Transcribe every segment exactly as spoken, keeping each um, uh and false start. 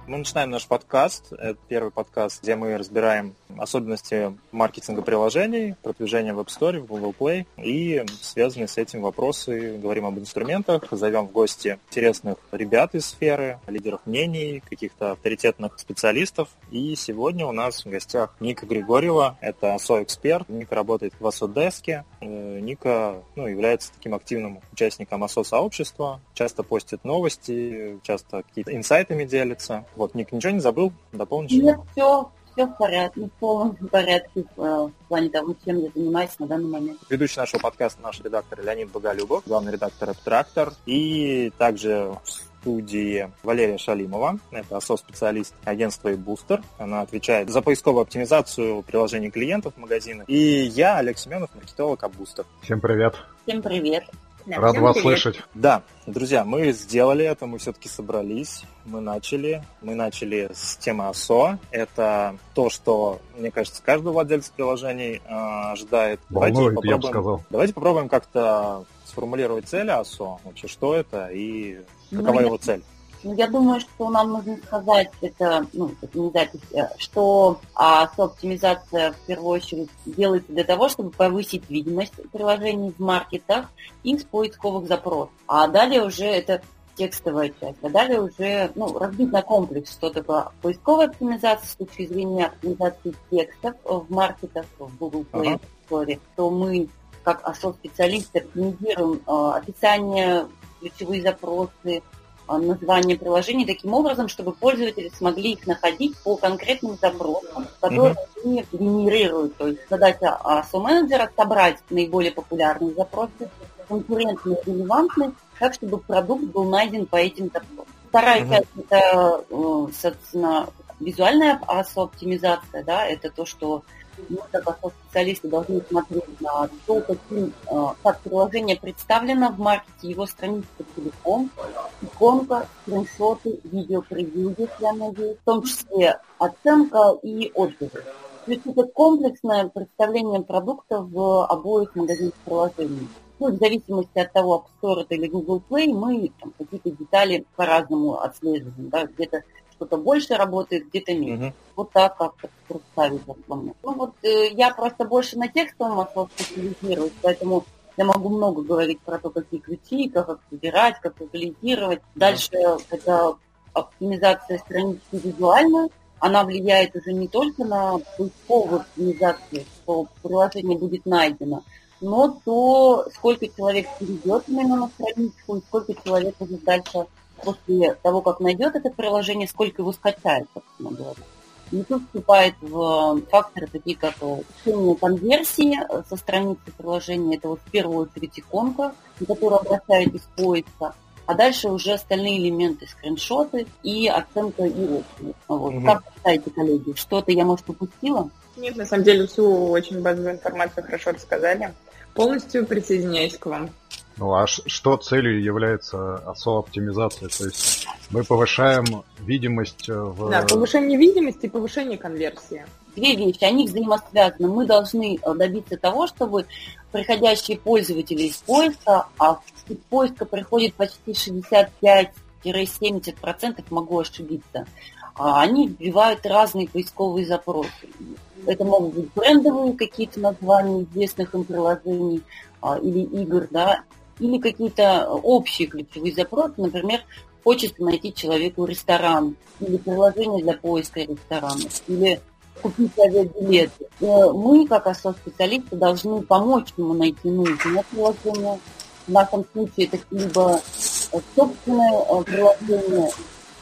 Мы начинаем наш подкаст. Это первый подкаст, где мы разбираем особенности маркетинга приложений, продвижения в App Store, в Google Play и связанные с этим вопросы. Говорим об инструментах, зовем в гости интересных ребят из сферы, лидеров мнений, каких-то авторитетных специалистов. И сегодня у нас в гостях Ника Григорьева, это эй эс о-эксперт. Ника работает в эй эс о-деске. Ника ну, является таким активным участником эй эс о-сообщества, часто постит новости, часто какие-то инсайтами делится. Вот, Ник, ничего не забыл? Дополнишь? Нет, все, все в порядке, в полном порядке в плане того, чем я занимаюсь на данный момент. Ведущий нашего подкаста наш редактор Леонид Боголюбов, главный редактор AppTractor, и также в студии Валерия Шалимова, это эй эс о-специалист агентства eBooster. Она отвечает за поисковую оптимизацию приложений клиентов в магазинах. И я, Олег Семенов, маркетолог eBooster. Всем привет. Всем привет. Да, Рад вас привет. слышать. Да, друзья, мы сделали это, мы все-таки собрались, мы начали. Мы начали с темы эй эс о. Это то, что, мне кажется, каждый владелец приложений э, ожидает. Волнует, давайте я бы сказал. Давайте попробуем как-то сформулировать цель эй эс о. Вообще, что это и какова ну, его я, цель? Ну, я думаю, что нам нужно сказать, это, ну, это не запись, что эй эс о-оптимизация в первую очередь делается для того, чтобы повысить видимость приложений в маркетах и в поисковых запросах. А далее уже это текстовая часть, а далее уже ну, разбить на комплекс, что такое поисковая оптимизация с точки зрения оптимизации текстов в маркетах, в Google Play Store, ага. то мы, как эй эс о-специалисты, оптимизируем э, описание, ключевые запросы, название приложений таким образом, чтобы пользователи смогли их находить по конкретным запросам, которые mm-hmm. они генерируют. То есть задача эй эс о-менеджера собрать наиболее популярные запросы, конкурентные и релевантные, так, чтобы продукт был найден по этим запросам. Вторая mm-hmm. часть – это, собственно, визуальная эй эс о-оптимизация, да, это то, что мы, как эй эс о-специалисты, должны смотреть на то, каким, как приложение представлено в маркете, его страница целиком, иконка, скриншоты, видео-превью, если оно есть, в том числе оценка и отзывы. То есть это комплексное представление продукта в обоих магазинах приложений. Ну, в зависимости от того, App Store это или Google Play, мы там, какие-то детали по-разному отслеживаем, да, где-то что-то больше работает, где-то меньше. Uh-huh. Вот так как-то представить основное. Ну вот э, я просто больше на текстовом основе специализируюсь, поэтому я могу много говорить про то, какие ключи, как их выбирать, как локализировать. Дальше uh-huh. это оптимизация странички визуально. Она влияет уже не только на поисковую оптимизацию, что приложение будет найдено, но то, сколько человек перейдет именно на страничку, и сколько человек будет дальше после того, как найдет это приложение, сколько его скачает, собственно говоря. И тут вступает в факторы такие, как улучшение конверсии со страницы приложения. Это вот в первую очередь иконка, на которую обращаетесь поиска, а дальше уже остальные элементы, скриншоты и оценка и отзывы. Вот. Угу. Как считаете, коллеги, что-то я, может, упустила? Нет, на самом деле всю очень базовую информацию хорошо рассказали. Полностью присоединяюсь к вам. Ну а что целью является эй эс о-оптимизация? То есть мы повышаем видимость в... Да, повышение видимости и повышение конверсии. Две вещи, они взаимосвязаны. Мы должны добиться того, чтобы приходящие пользователи из поиска, а из поиска приходит почти шестьдесят пять - семьдесят процентов, могу ошибиться, они вбивают разные поисковые запросы. Это могут быть брендовые какие-то названия известных им приложений или игр, да, или какие-то общие ключевые запросы, например, хочется найти человеку ресторан, или приложение для поиска ресторанов, или купить авиабилеты. Мы, как эй эс о-специалисты, должны помочь ему найти нужное приложение. В нашем случае это либо собственное приложение,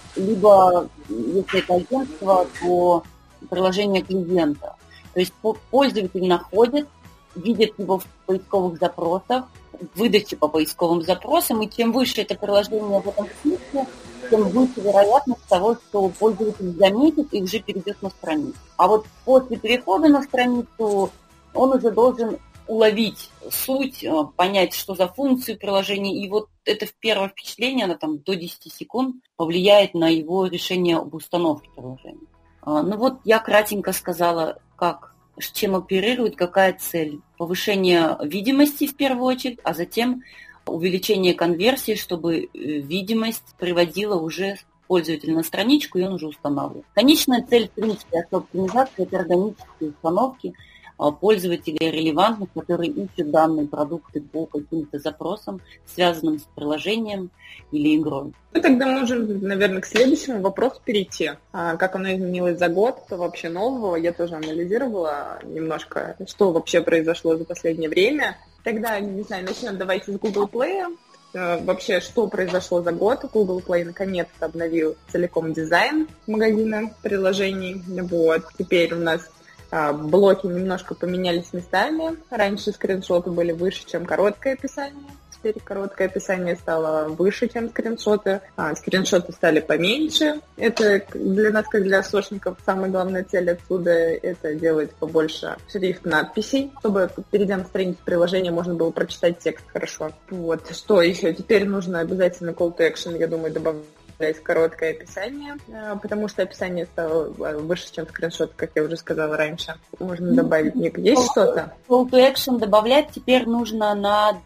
либо, если это агентство, то приложение клиента. То есть пользователь находит, видит его в поисковых запросах, выдачи по поисковым запросам, и чем выше это приложение в этом смысле, тем выше вероятность того, что пользователь заметит и уже перейдет на страницу. А вот после перехода на страницу он уже должен уловить суть, понять, что за функцию приложения, и вот это первое впечатление, оно там до десяти секунд повлияет на его решение об установке приложения. Ну вот я кратенько сказала, как, с чем оперирует, какая цель. Повышение видимости в первую очередь, а затем увеличение конверсии, чтобы видимость приводила уже пользователя на страничку, и он уже устанавливает. Конечная цель, в принципе, оптимизации – это органические установки пользователей релевантных, которые ищут данные продукты по каким-то запросам, связанным с приложением или игрой. Ну, тогда можем, наверное, к следующему вопросу перейти. А, как оно изменилось за год, что вообще нового? Я тоже анализировала немножко, что вообще произошло за последнее время. Тогда, не знаю, начнем давайте с Google Play. А, вообще, что произошло за год? Google Play наконец-то обновил целиком дизайн магазина приложений. Вот. Теперь у нас блоки немножко поменялись местами. Раньше скриншоты были выше, чем короткое описание. Теперь короткое описание стало выше, чем скриншоты. А, скриншоты стали поменьше. Это для нас, как для сошников, самая главная цель отсюда – это делать побольше шрифт надписей, чтобы, перейдя на страницу приложения, можно было прочитать текст хорошо. Вот. Что еще? Теперь нужно обязательно call to action, я думаю, добавить короткое описание, потому что описание стало выше, чем скриншот, как я уже сказала раньше. Можно добавить. Ник, есть что-то? Call to action добавлять теперь нужно на,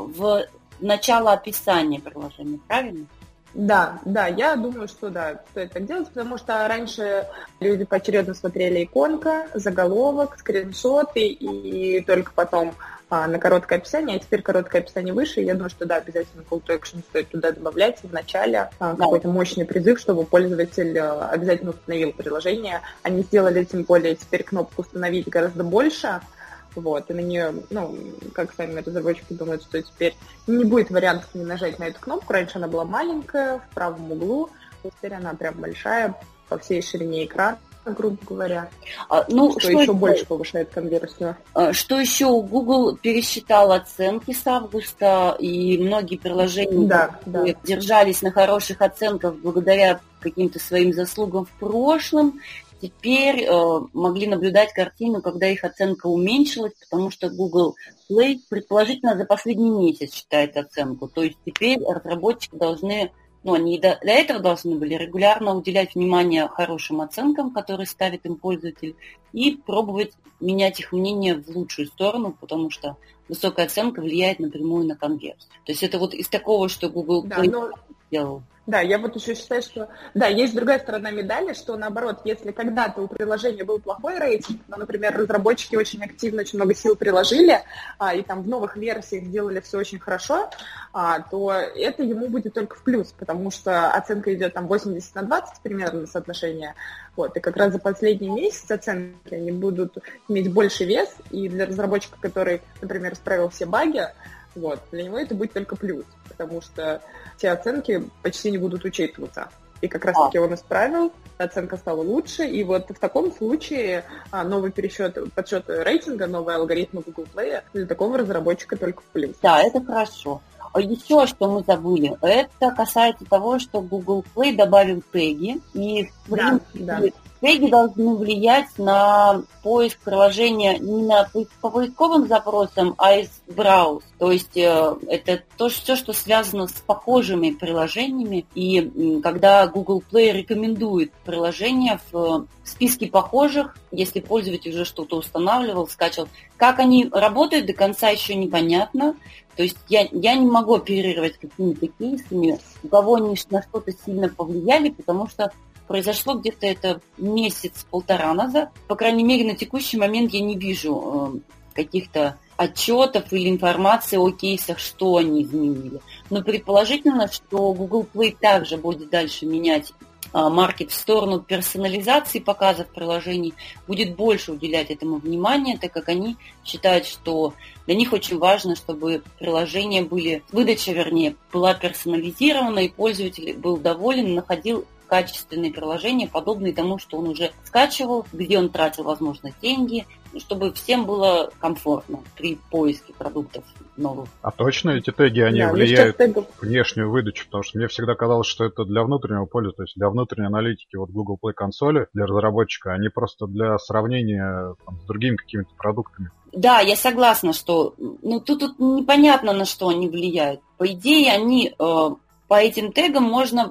в начало описания приложения, правильно? Да, да, я думаю, что да, стоит так делать, потому что раньше люди поочередно смотрели иконка, заголовок, скриншоты, и только потом а, на короткое описание, а теперь короткое описание выше, и я думаю, что да, обязательно call to action стоит туда добавлять в начале, а, да. Какой-то мощный призыв, чтобы пользователь а, обязательно установил приложение. Они сделали, тем более, теперь кнопку «Установить» гораздо больше. Вот, и на нее, ну, как сами разработчики думают, что теперь не будет вариантов не нажать на эту кнопку. Раньше она была маленькая, в правом углу, а теперь она прям большая по всей ширине экрана, грубо говоря. А, ну, что, что еще это? больше повышает конверсию. Что еще? Google пересчитал оценки с августа, и многие приложения да, да. держались на хороших оценках благодаря каким-то своим заслугам в прошлом. Теперь э, могли наблюдать картину, когда их оценка уменьшилась, потому что Google Play предположительно за последний месяц считает оценку. То есть теперь разработчики должны, ну, они до, до этого должны были регулярно уделять внимание хорошим оценкам, которые ставит им пользователь, и пробовать менять их мнение в лучшую сторону, потому что высокая оценка влияет напрямую на конверсию. То есть это вот из такого, что Google Play да, но... делал. Да, я вот еще считаю, что... Да, есть другая сторона медали, что, наоборот, если когда-то у приложения был плохой рейтинг, ну, например, разработчики очень активно, очень много сил приложили, а, и там в новых версиях сделали все очень хорошо, а, то это ему будет только в плюс, потому что оценка идет там восемьдесят на двадцать примерно соотношение. Вот, и как раз за последний месяц оценки они будут иметь больше вес, и для разработчика, который, например, исправил все баги, вот, для него это будет только плюс, потому что те оценки почти не будут учитываться. И как раз-таки он исправил, оценка стала лучше, и вот в таком случае новый пересчет, подсчет рейтинга, новые алгоритмы Google Play для такого разработчика только в плюс. Да, это хорошо. А еще что мы забыли, это касается того, что Google Play добавил теги, и в принципе, да, да. теги должны влиять на поиск приложения не на, по поисковым запросам, а из браузера. То есть э, это то, все, что связано с похожими приложениями. И э, когда Google Play рекомендует приложения в списке похожих, если пользователь уже что-то устанавливал, скачивал, как они работают, до конца еще непонятно. То есть я, я не могу оперировать какими-то кейсами, у кого они на что-то сильно повлияли, потому что произошло где-то это месяц-полтора назад. По крайней мере, на текущий момент я не вижу э, каких-то отчетов или информации о кейсах, что они изменили. Но предположительно, что Google Play также будет дальше менять э, маркет в сторону персонализации показов приложений, будет больше уделять этому внимания, так как они считают, что для них очень важно, чтобы приложения были, выдача, вернее, была персонализирована, и пользователь был доволен, находил качественные приложения, подобные тому, что он уже скачивал, где он тратил, возможно, деньги, чтобы всем было комфортно при поиске продуктов новых. А точно эти теги, они да, влияют на внешнюю выдачу? Потому что мне всегда казалось, что это для внутреннего пользователя, то есть для внутренней аналитики вот Google Play консоли, для разработчика, они просто для сравнения там, с другими какими-то продуктами. Да, я согласна, что ну, тут, тут непонятно, на что они влияют. По идее, они э, по этим тегам можно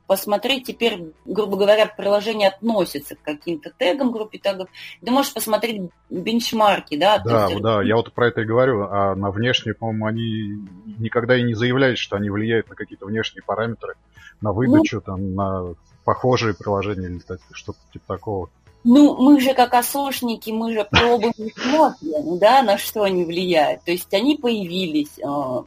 посмотреть теперь, грубо говоря, приложение относится к каким-то тегам, группе тегов. Ты можешь посмотреть бенчмарки, да? Да, есть... да, я вот про это и говорю. А на внешние, по-моему, они никогда и не заявляют, что они влияют на какие-то внешние параметры, на выдачу, ну, там, на похожие приложения или что-то типа такого. Ну, мы же как осошники, мы же пробуем и смотрим, да, на что они влияют. То есть они появились.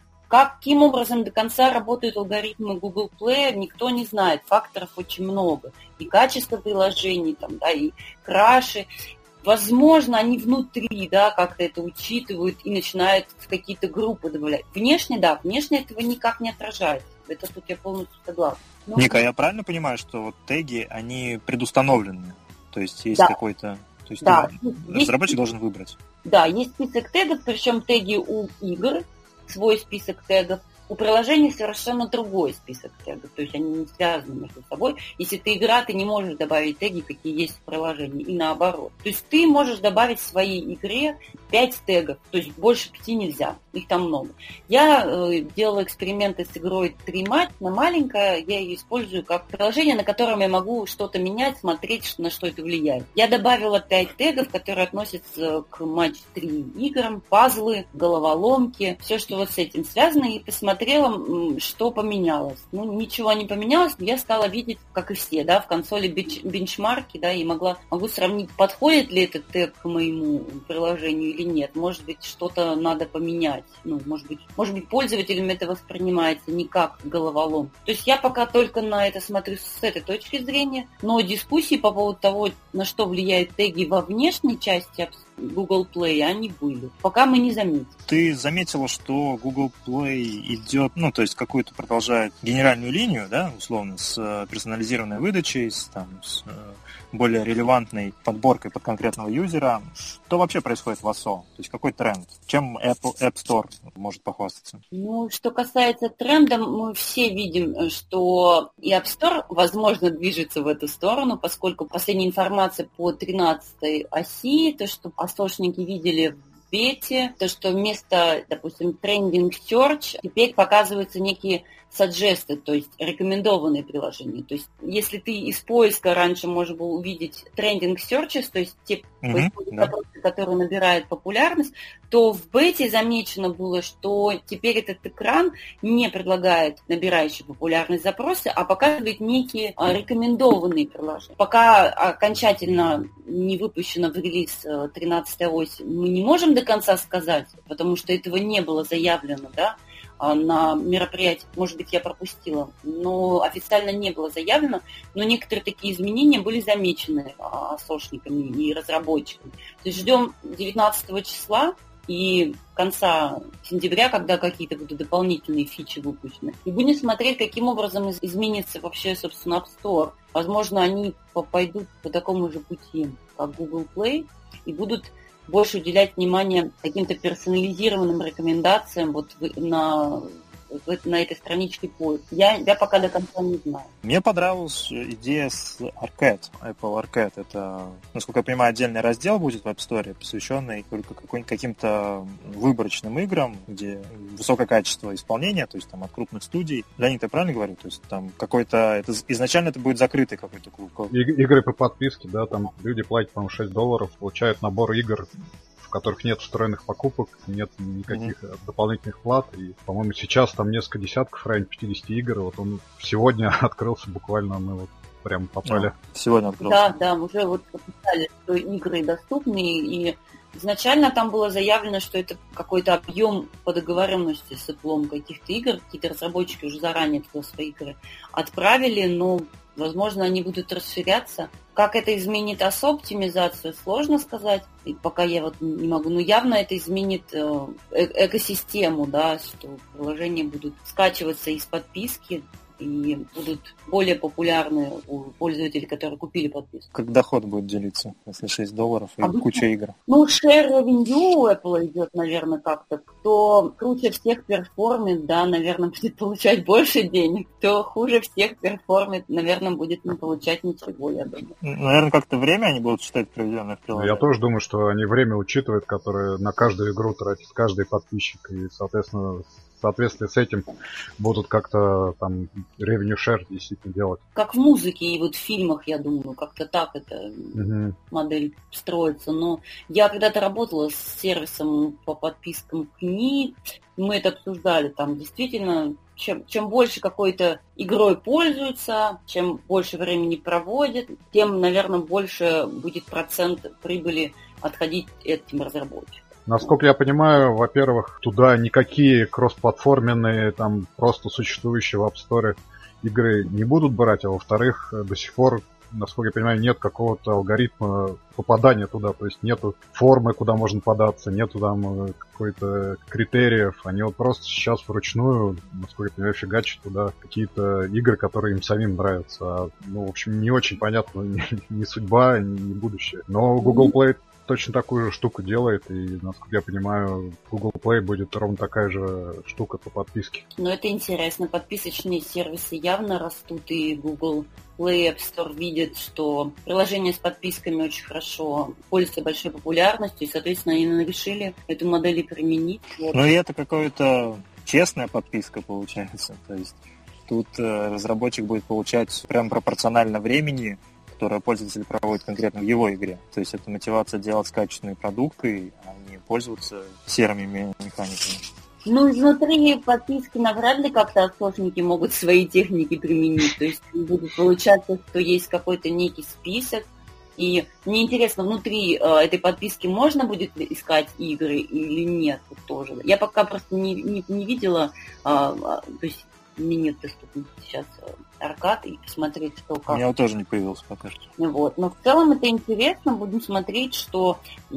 Каким образом до конца работают алгоритмы Google Play, никто не знает. Факторов очень много. И качество приложений, там, да, и краши. Возможно, они внутри, да, как-то это учитывают и начинают в какие-то группы добавлять. Внешне, да, внешне этого никак не отражается. Это тут я полностью согласна. Но... Ника, я правильно понимаю, что вот теги, они предустановлены? То есть есть да. какой-то... То есть да. разработчик есть... должен выбрать? Да, есть список тегов, причем теги у игр, свой список тегов. У приложений совершенно другой список тегов, то есть они не связаны между собой. Если ты игра, ты не можешь добавить теги, какие есть в приложении, и наоборот. То есть ты можешь добавить в своей игре пять тегов, то есть больше пяти нельзя, их там много. Я э, делала эксперименты с игрой три матч, она маленькая, я ее использую как приложение, на котором я могу что-то менять, смотреть, на что это влияет. Я добавила пять тегов, которые относятся к матч три играм, пазлы, головоломки, все, что вот с этим связано, и посмотрела, что поменялось. Ну, ничего не поменялось, но я стала видеть, как и все, да, в консоли бенч- бенчмарки, да, и могла, могу сравнить, подходит ли этот тег к моему приложению или нет. Может быть, что-то надо поменять. Ну, может быть, может быть, пользователям это воспринимается не как головолом. То есть я пока только на это смотрю с этой точки зрения, но дискуссии по поводу того, на что влияют теги во внешней части Google Play, они были. Пока мы не заметили. Ты заметила, что Google Play идет, ну, то есть какую-то продолжает генеральную линию, да, условно, с персонализированной выдачей, с, там, с более релевантной подборкой под конкретного юзера. Что вообще происходит в эй эс о? То есть какой тренд? Чем Apple App Store может похвастаться? Ну, что касается тренда, мы все видим, что и App Store, возможно, движется в эту сторону, поскольку последняя информация по тринадцатой оси, то, что осошники видели в бете, то, что вместо, допустим, trending search теперь показываются некие suggested, то есть рекомендованные приложения. То есть если ты из поиска раньше можно было увидеть trending searches, то есть те mm-hmm, вопросы, да. которые набирают популярность, то в бете замечено было, что теперь этот экран не предлагает набирающие популярность запросы, а показывает некие рекомендованные приложения. Пока окончательно не выпущена в релиз тринадцатая ось, мы не можем до конца сказать, потому что этого не было заявлено, да, на мероприятии, может быть, я пропустила, но официально не было заявлено, но некоторые такие изменения были замечены осошниками и разработчиками. То есть ждем девятнадцатого числа и конца сентября, когда какие-то будут дополнительные фичи выпущены. И будем смотреть, каким образом изменится вообще, собственно, App Store. Возможно, они пойдут по такому же пути, как Google Play, и будут больше уделять внимание каким-то персонализированным рекомендациям вот на, на этой страничке поиска. Я, я пока до конца не знаю. Мне понравилась идея с Arcade, Apple Arcade. Это, насколько я понимаю, отдельный раздел будет в App Store, посвященный только каким-то выборочным играм, где высокое качество исполнения, то есть там от крупных студий. Леонид, я правильно говорю? То есть там какой-то... Это, изначально это будет закрытый какой-то клуб. И, игры по подписке, да, там люди платят, по-моему, шесть долларов, получают набор игр, в которых нет встроенных покупок, нет никаких mm-hmm. дополнительных плат. И, по-моему, сейчас там несколько десятков, в районе пятьдесят игр. Вот он сегодня открылся буквально, мы вот прям попали. Yeah. Сегодня открылся. Да, да, уже вот написали, что игры доступны, и изначально там было заявлено, что это какой-то объем по договоренности с Apple каких-то игр, какие-то разработчики уже заранее туда свои игры отправили, но возможно, они будут расширяться. Как это изменит эй эс о-оптимизацию, сложно сказать. И пока я вот не могу. Но явно это изменит э- экосистему, да, что приложения будут скачиваться из подписки и будут более популярны у пользователей, которые купили подписку. Как доход будет делиться, если шесть долларов и Обычно, куча игр? Ну, share revenue у Apple идет, наверное, как-то. Кто круче всех перформит, да, наверное, будет получать больше денег. Кто хуже всех перформит, наверное, будет не получать ничего, я думаю. Наверное, как-то время они будут считать проведенное в приложении. Я тоже думаю, что они время учитывают, которое на каждую игру тратит каждый подписчик. И, соответственно, в соответствии с этим будут как-то там revenue share действительно делать. Как в музыке и вот в фильмах, я думаю, как-то так эта угу. модель строится. Но я когда-то работала с сервисом по подпискам книг, мы это обсуждали, там действительно, чем, чем больше какой-то игрой пользуются, чем больше времени проводят, тем, наверное, больше будет процент прибыли отходить этим разработчикам. Насколько я понимаю, во-первых, туда никакие кроссплатформенные, там просто существующие в App Store игры не будут брать, а во-вторых, до сих пор, насколько я понимаю, нет какого-то алгоритма попадания туда, то есть нету формы, куда можно податься, нету там какой-то критериев, они вот просто сейчас вручную, насколько я понимаю, фигачат туда какие-то игры, которые им самим нравятся. А, ну, в общем, не очень понятно ни, ни судьба, ни будущее. Но Google Play точно такую же штуку делает, и, насколько я понимаю, Google Play будет ровно такая же штука по подписке. Ну, это интересно. Подписочные сервисы явно растут, и Google Play App Store видит, что приложение с подписками очень хорошо пользуется большой популярностью, и, соответственно, они решили эту модель и применить. Вот. Ну, и это какая-то честная подписка получается. То есть тут э, разработчик будет получать прям пропорционально времени, которое пользователь проводит конкретно в его игре. То есть это мотивация делать качественные продукты, а не пользоваться серыми механиками. Ну, изнутри подписки навряд ли как-то отсошники могут свои техники применить. То есть будет получаться, что есть какой-то некий список. И мне интересно, внутри э, этой подписки можно будет искать игры или нет вот тоже. Я пока просто не, не, не видела, э, то есть мне нет доступности сейчас аркад и посмотреть, что как. У меня тоже не появился пока что. Вот. Но в целом это интересно. Будем смотреть, что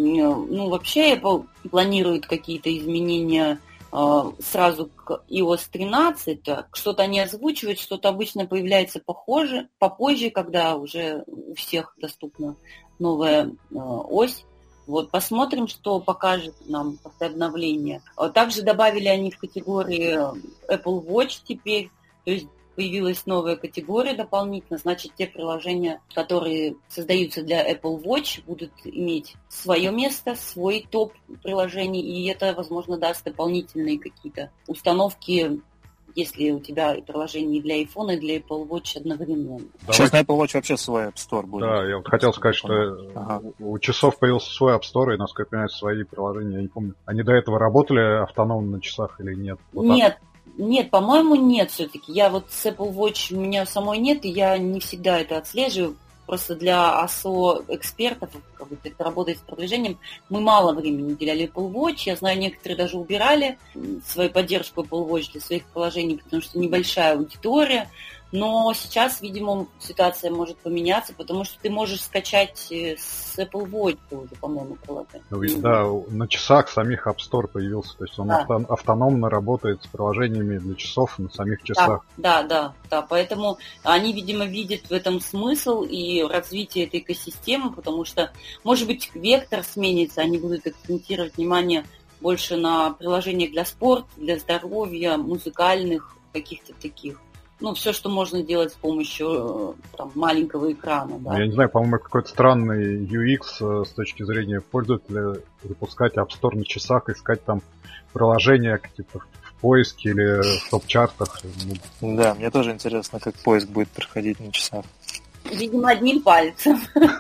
ну, вообще Apple планирует какие-то изменения э, сразу к ай о эс тринадцать. Что-то они озвучивают, что-то обычно появляется похоже, попозже, когда уже у всех доступна новая э, ось. Вот, посмотрим, что покажет нам после обновления. Также добавили они в категории Apple Watch теперь, то есть появилась новая категория дополнительно, значит, те приложения, которые создаются для Apple Watch, будут иметь свое место, свой топ приложений, и это, возможно, даст дополнительные какие-то установки, если у тебя и приложение и для iPhone, и для Apple Watch одновременно. Давай. Сейчас на Apple Watch вообще свой App Store будет. Да, я вот хотел сказать, что ага. у часов появился свой App Store, и, насколько я понимаю, свои приложения, я не помню. Они до этого работали автономно на часах или нет? Вот нет, так? Нет, по-моему, нет все-таки. Я вот с Apple Watch у меня самой нет, и я не всегда это отслеживаю. Просто для эй эс о-экспертов, как бы, это работает с продвижением, мы мало времени уделяли Apple Watch. Я знаю, некоторые даже убирали свою поддержку Apple Watch для своих приложений, потому что небольшая аудитория. Но сейчас, видимо, ситуация может поменяться, потому что ты можешь скачать с Apple Watch уже, по-моему, приложение. Ну, да, на часах самих App Store появился, то есть он да. авто- автономно работает с приложениями для часов на самих часах. Да, да, да, да, поэтому они, видимо, видят в этом смысл и развитие этой экосистемы, потому что, может быть, вектор сменится, они будут акцентировать внимание больше на приложениях для спорта, для здоровья, музыкальных, каких-то таких. Ну, все, что можно делать с помощью там, маленького экрана. Да. Я не знаю, по-моему, какой-то странный ю экс с точки зрения пользователя запускать App Store на часах, искать там приложения какие-то в поиске или в топ-чартах. Да, мне тоже интересно, как поиск будет проходить на часах. Видимо, одним пальцем.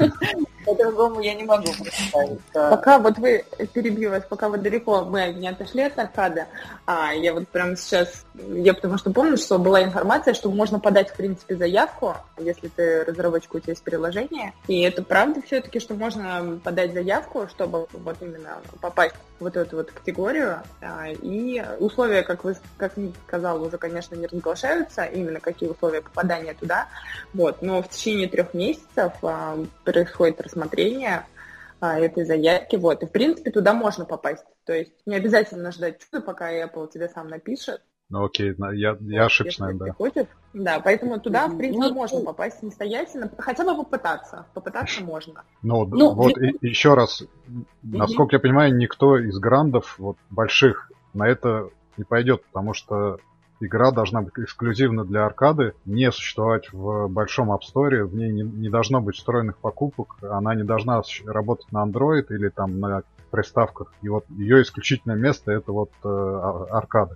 По-другому я не могу представить. Пока вот вы, перебью вас, пока вы далеко, мы не отошли от аркада, а я вот прямо сейчас, я потому что помню, что была информация, что можно подать, в принципе, заявку, если ты разработчик, у тебя есть приложение, и это правда все-таки, что можно подать заявку, чтобы вот именно попасть в вот эту вот категорию, и условия, как вы, как я сказал, уже, конечно, не разглашаются, именно какие условия попадания туда, вот, но в течение трех месяцев происходит рассмотрение а, этой заявки, вот, и в принципе туда можно попасть, то есть не обязательно ждать чуда, пока Apple тебе сам напишет. Ну окей, я, я ошибся, наверное, да. Приходит. Да, поэтому туда, в принципе, ну, можно попасть самостоятельно, хотя бы попытаться, попытаться можно. Ну, ну вот и, еще раз, насколько я понимаю, никто из грандов вот, больших на это не пойдет, потому что игра должна быть эксклюзивна для аркады, не существовать в большом App Store, в ней не, не должно быть встроенных покупок, она не должна работать на Android или там на приставках. И вот ее исключительное место это вот э, аркада.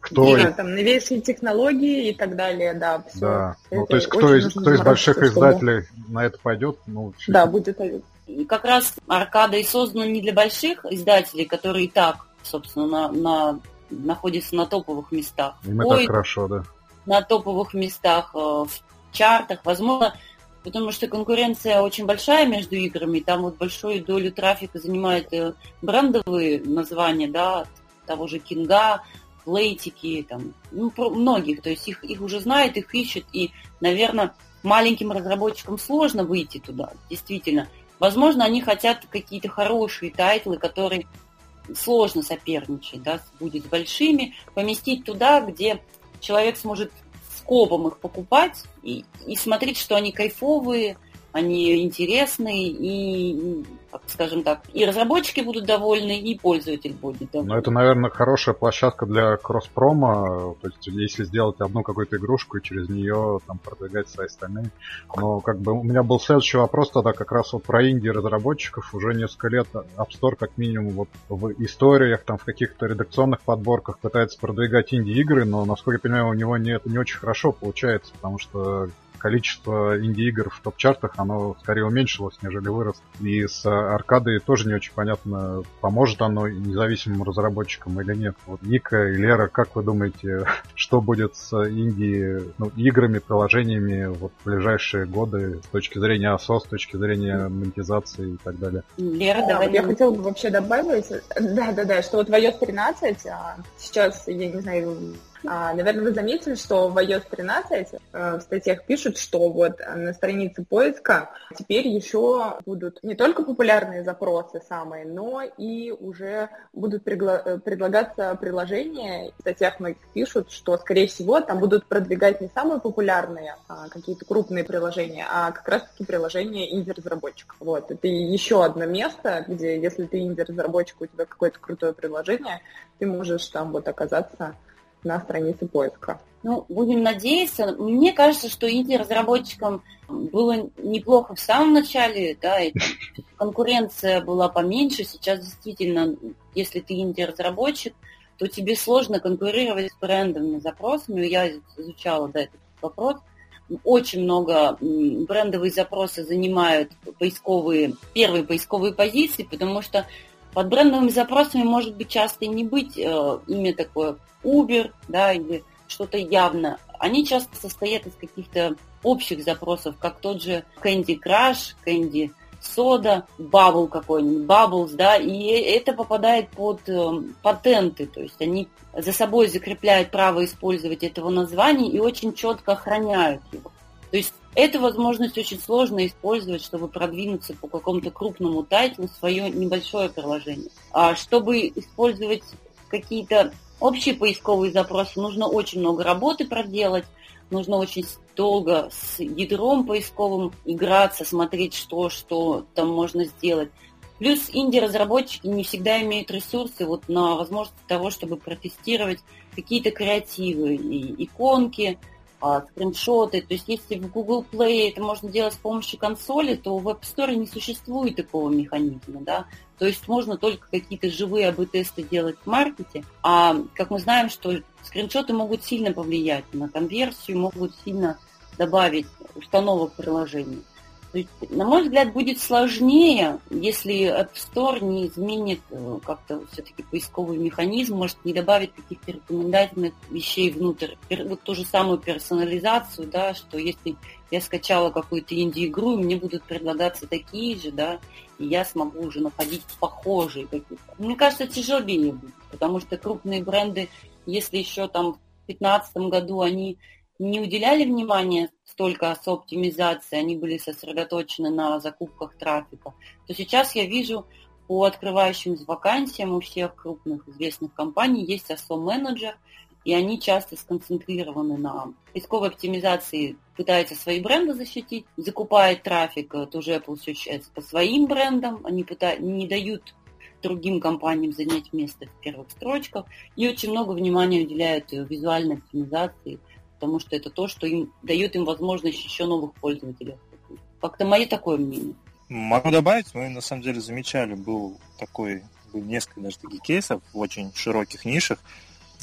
кто... Да, там новейшие технологии и так далее, да. Все. Да, ну то есть кто из, кто из больших чтобы... издателей на это пойдет? Ну, да, будет. И как раз Аркада и создана не для больших издателей, которые и так, собственно, на, на, находятся на топовых местах. Им это хорошо, да. На топовых местах в чартах. Возможно, потому что конкуренция очень большая между играми. Там вот большую долю трафика занимают брендовые названия, да, того же Кинга, Плейтики, там, ну, многих. То есть их, их уже знают, их ищут. И, наверное, маленьким разработчикам сложно выйти туда, действительно. Возможно, они хотят какие-то хорошие тайтлы, которые сложно соперничать, да, будет с большими, поместить туда, где человек сможет скопом их покупать и, и смотреть, что они кайфовые, они интересные, и, скажем так, и разработчики будут довольны, и пользователь будет доволен. Ну, это, наверное, хорошая площадка для кросс-промо, то есть если сделать одну какую-то игрушку и через нее там продвигать свои остальные. Но как бы у меня был следующий вопрос тогда как раз вот про инди-разработчиков. Уже несколько лет App Store как минимум вот в историях, там в каких-то редакционных подборках пытается продвигать инди-игры, но, насколько я понимаю, у него не, это не очень хорошо получается, потому что количество инди-игр в топ-чартах, оно скорее уменьшилось, нежели выросло. И с аркадой тоже не очень понятно, поможет оно независимым разработчикам или нет. Вот Ника и Лера, как вы думаете, что будет с инди, ну, играми, приложениями вот, в ближайшие годы с точки зрения ОСО, с точки зрения монетизации и так далее? Лера, да, давай. Я хотела бы вообще добавить, да-да-да, что вот в iOS тринадцать, сейчас, я не знаю, А, наверное, вы заметили, что в iOS тринадцать э, в статьях пишут, что вот на странице поиска теперь еще будут не только популярные запросы самые, но и уже будут пригла- предлагаться приложения. В статьях многих пишут, что, скорее всего, там будут продвигать не самые популярные а, какие-то крупные приложения, а как раз-таки приложения инди-разработчиков. Вот. Это еще одно место, где, если ты инди-разработчик, у тебя какое-то крутое приложение, ты можешь там вот оказаться на странице поиска. Ну, будем надеяться. Мне кажется, что инди-разработчикам было неплохо в самом начале, да, и конкуренция была поменьше. Сейчас действительно, если ты инди-разработчик, то тебе сложно конкурировать с брендовыми запросами. Я изучала, да, этот вопрос. Очень много брендовые запросы занимают поисковые, первые поисковые позиции, потому что под брендовыми запросами может быть часто и не быть э, имя такое Uber, да, или что-то явно. Они часто состоят из каких-то общих запросов, как тот же Candy Crush, Candy Soda, Bubble какой-нибудь, Bubbles, да, и это попадает под э, патенты, то есть они за собой закрепляют право использовать этого названия и очень четко охраняют его. То есть эту возможность очень сложно использовать, чтобы продвинуться по какому-то крупному тайтлу в свое небольшое приложение. А чтобы использовать какие-то общие поисковые запросы, нужно очень много работы проделать, нужно очень долго с ядром поисковым играться, смотреть, что, что там можно сделать. Плюс инди-разработчики не всегда имеют ресурсы вот на возможность того, чтобы протестировать какие-то креативы, и иконки, а, скриншоты. То есть если в Google Play это можно делать с помощью консоли, то в App Store не существует такого механизма, да. То есть можно только какие-то живые эй би тесты делать в маркете, а как мы знаем, что скриншоты могут сильно повлиять на конверсию, могут сильно добавить установок приложений. То есть, на мой взгляд, будет сложнее, если App Store не изменит как-то все-таки поисковый механизм, может, не добавит каких-то рекомендательных вещей внутрь. Вот ту же самую персонализацию, да, что если я скачала какую-то инди-игру, мне будут предлагаться такие же, да, и я смогу уже находить похожие какие-то. Мне кажется, тяжелее будет, потому что крупные бренды, если еще там в две тысячи пятнадцатом году они не уделяли внимания столько оптимизации, они были сосредоточены на закупках трафика, то сейчас я вижу по открывающимся вакансиям у всех крупных известных компаний есть эй эс о-менеджер, и они часто сконцентрированы на поисковой оптимизации, пытаются свои бренды защитить, закупает трафик, тоже Apple получается по своим брендам, они пытаются, не дают другим компаниям занять место в первых строчках, и очень много внимания уделяют визуальной оптимизации, потому что это то, что им дает им возможность еще новых пользователей. Как-то мое такое мнение. Могу добавить, мы на самом деле замечали, был такой, был несколько даже таких кейсов в очень широких нишах,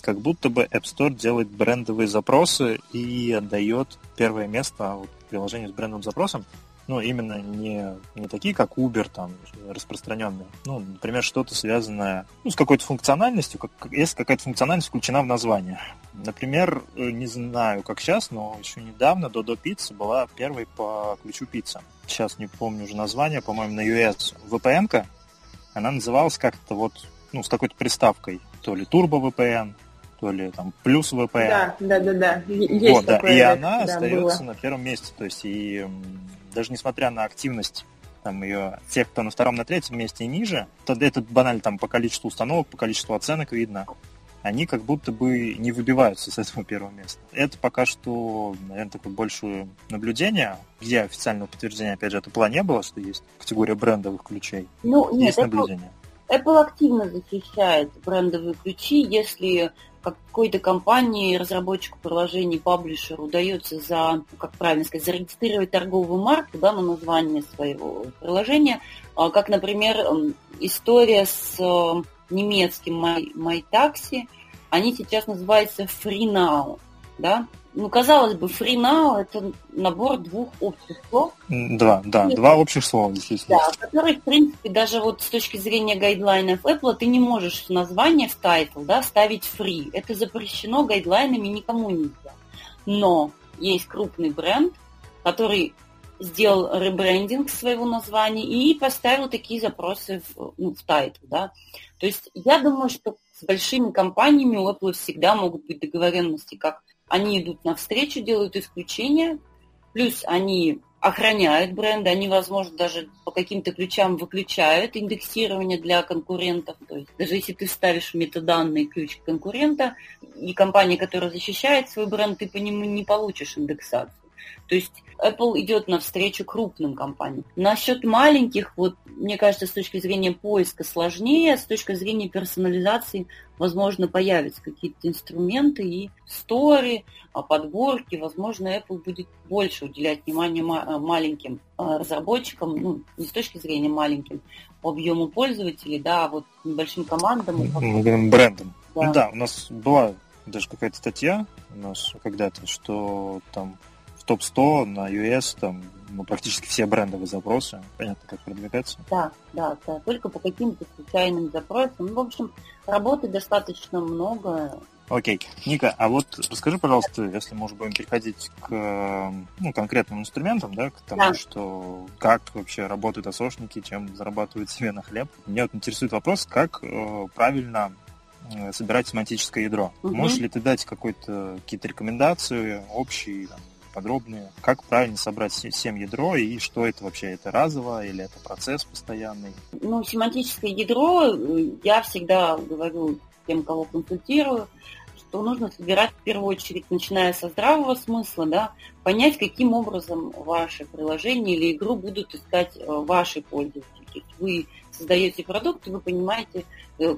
как будто бы App Store делает брендовые запросы и отдает первое место вот, приложению с брендовым запросом. Ну, именно не, не такие, как Uber, там, распространенные. Ну, например, что-то связанное ну, с какой-то функциональностью, как, если какая-то функциональность включена в название. Например, не знаю, как сейчас, но еще недавно Dodo Pizza была первой по ключу пицца. Сейчас не помню уже название, по-моему, на ю эс ви пи эн-ка. Она называлась как-то вот, ну, с какой-то приставкой. То ли Turbo ви пи эн, то ли там плюс ви пи эн. Да, да, да, да. Есть вот, такое, да. И она да, остается было. на первом месте. То есть и даже несмотря на активность там, ее, тех, кто на втором, на третьем месте и ниже, то это банально там по количеству установок, по количеству оценок видно, они как будто бы не выбиваются с этого первого места. Это пока что, наверное, такое большее наблюдение, где официального подтверждения, опять же, от Apple не было, что есть категория брендовых ключей. Ну, нет, есть наблюдение. Apple, Apple активно защищает брендовые ключи, если какой-то компании, разработчику приложений, паблишеру удается за, как правильно сказать, зарегистрировать торговую марку, да, на название своего приложения, как, например, история с немецким My, MyTaxi, они сейчас называются FreeNow, да. Ну, казалось бы, FreeNow – это набор двух общих слов. Два, да, два общих слова, действительно. Да, которые, в принципе, даже вот с точки зрения гайдлайнов Apple, ты не можешь в название, в тайтл, да, ставить free. Это запрещено гайдлайнами, никому нельзя. Но есть крупный бренд, который сделал ребрендинг своего названия и поставил такие запросы в, ну, в тайтл, да. То есть я думаю, что с большими компаниями у Apple всегда могут быть договоренности, как они идут навстречу, делают исключения, плюс они охраняют бренды, они, возможно, даже по каким-то ключам выключают индексирование для конкурентов. То есть даже если ты ставишь метаданные ключ конкурента, и компания, которая защищает свой бренд, ты по нему не получишь индексацию. То есть Apple идет навстречу крупным компаниям. Насчет маленьких, вот, мне кажется, с точки зрения поиска сложнее, с точки зрения персонализации, возможно, появятся какие-то инструменты и стори, подборки. Возможно, Apple будет больше уделять внимание маленьким разработчикам, ну, не с точки зрения маленьким по объему пользователей, да, а вот небольшим командам. Брендом. Да. Да, у нас была даже какая-то статья у нас когда-то, что там топ сто на ю эс, там, ну, практически все брендовые запросы. Понятно, как продвигаться. Да, да, да, только по каким-то случайным запросам. Ну, в общем, работы достаточно много. Окей. Ника, а вот расскажи, пожалуйста, если мы уже будем переходить к ну, конкретным инструментам, да, к тому, да. что как вообще работают ОСОшники, чем зарабатывают себе на хлеб. Меня вот интересует вопрос, как э, правильно э, собирать семантическое ядро. Угу. Можешь ли ты дать какой-то, какие-то рекомендации общие, там, подробные, как правильно собрать семь ядро и что это вообще, это разово или это процесс постоянный? Ну, семантическое ядро, я всегда говорю тем, кого консультирую, что нужно собирать в первую очередь, начиная со здравого смысла, да, понять, каким образом ваше приложение или игру будут искать ваши пользователи. То есть вы создаете продукт, и вы понимаете,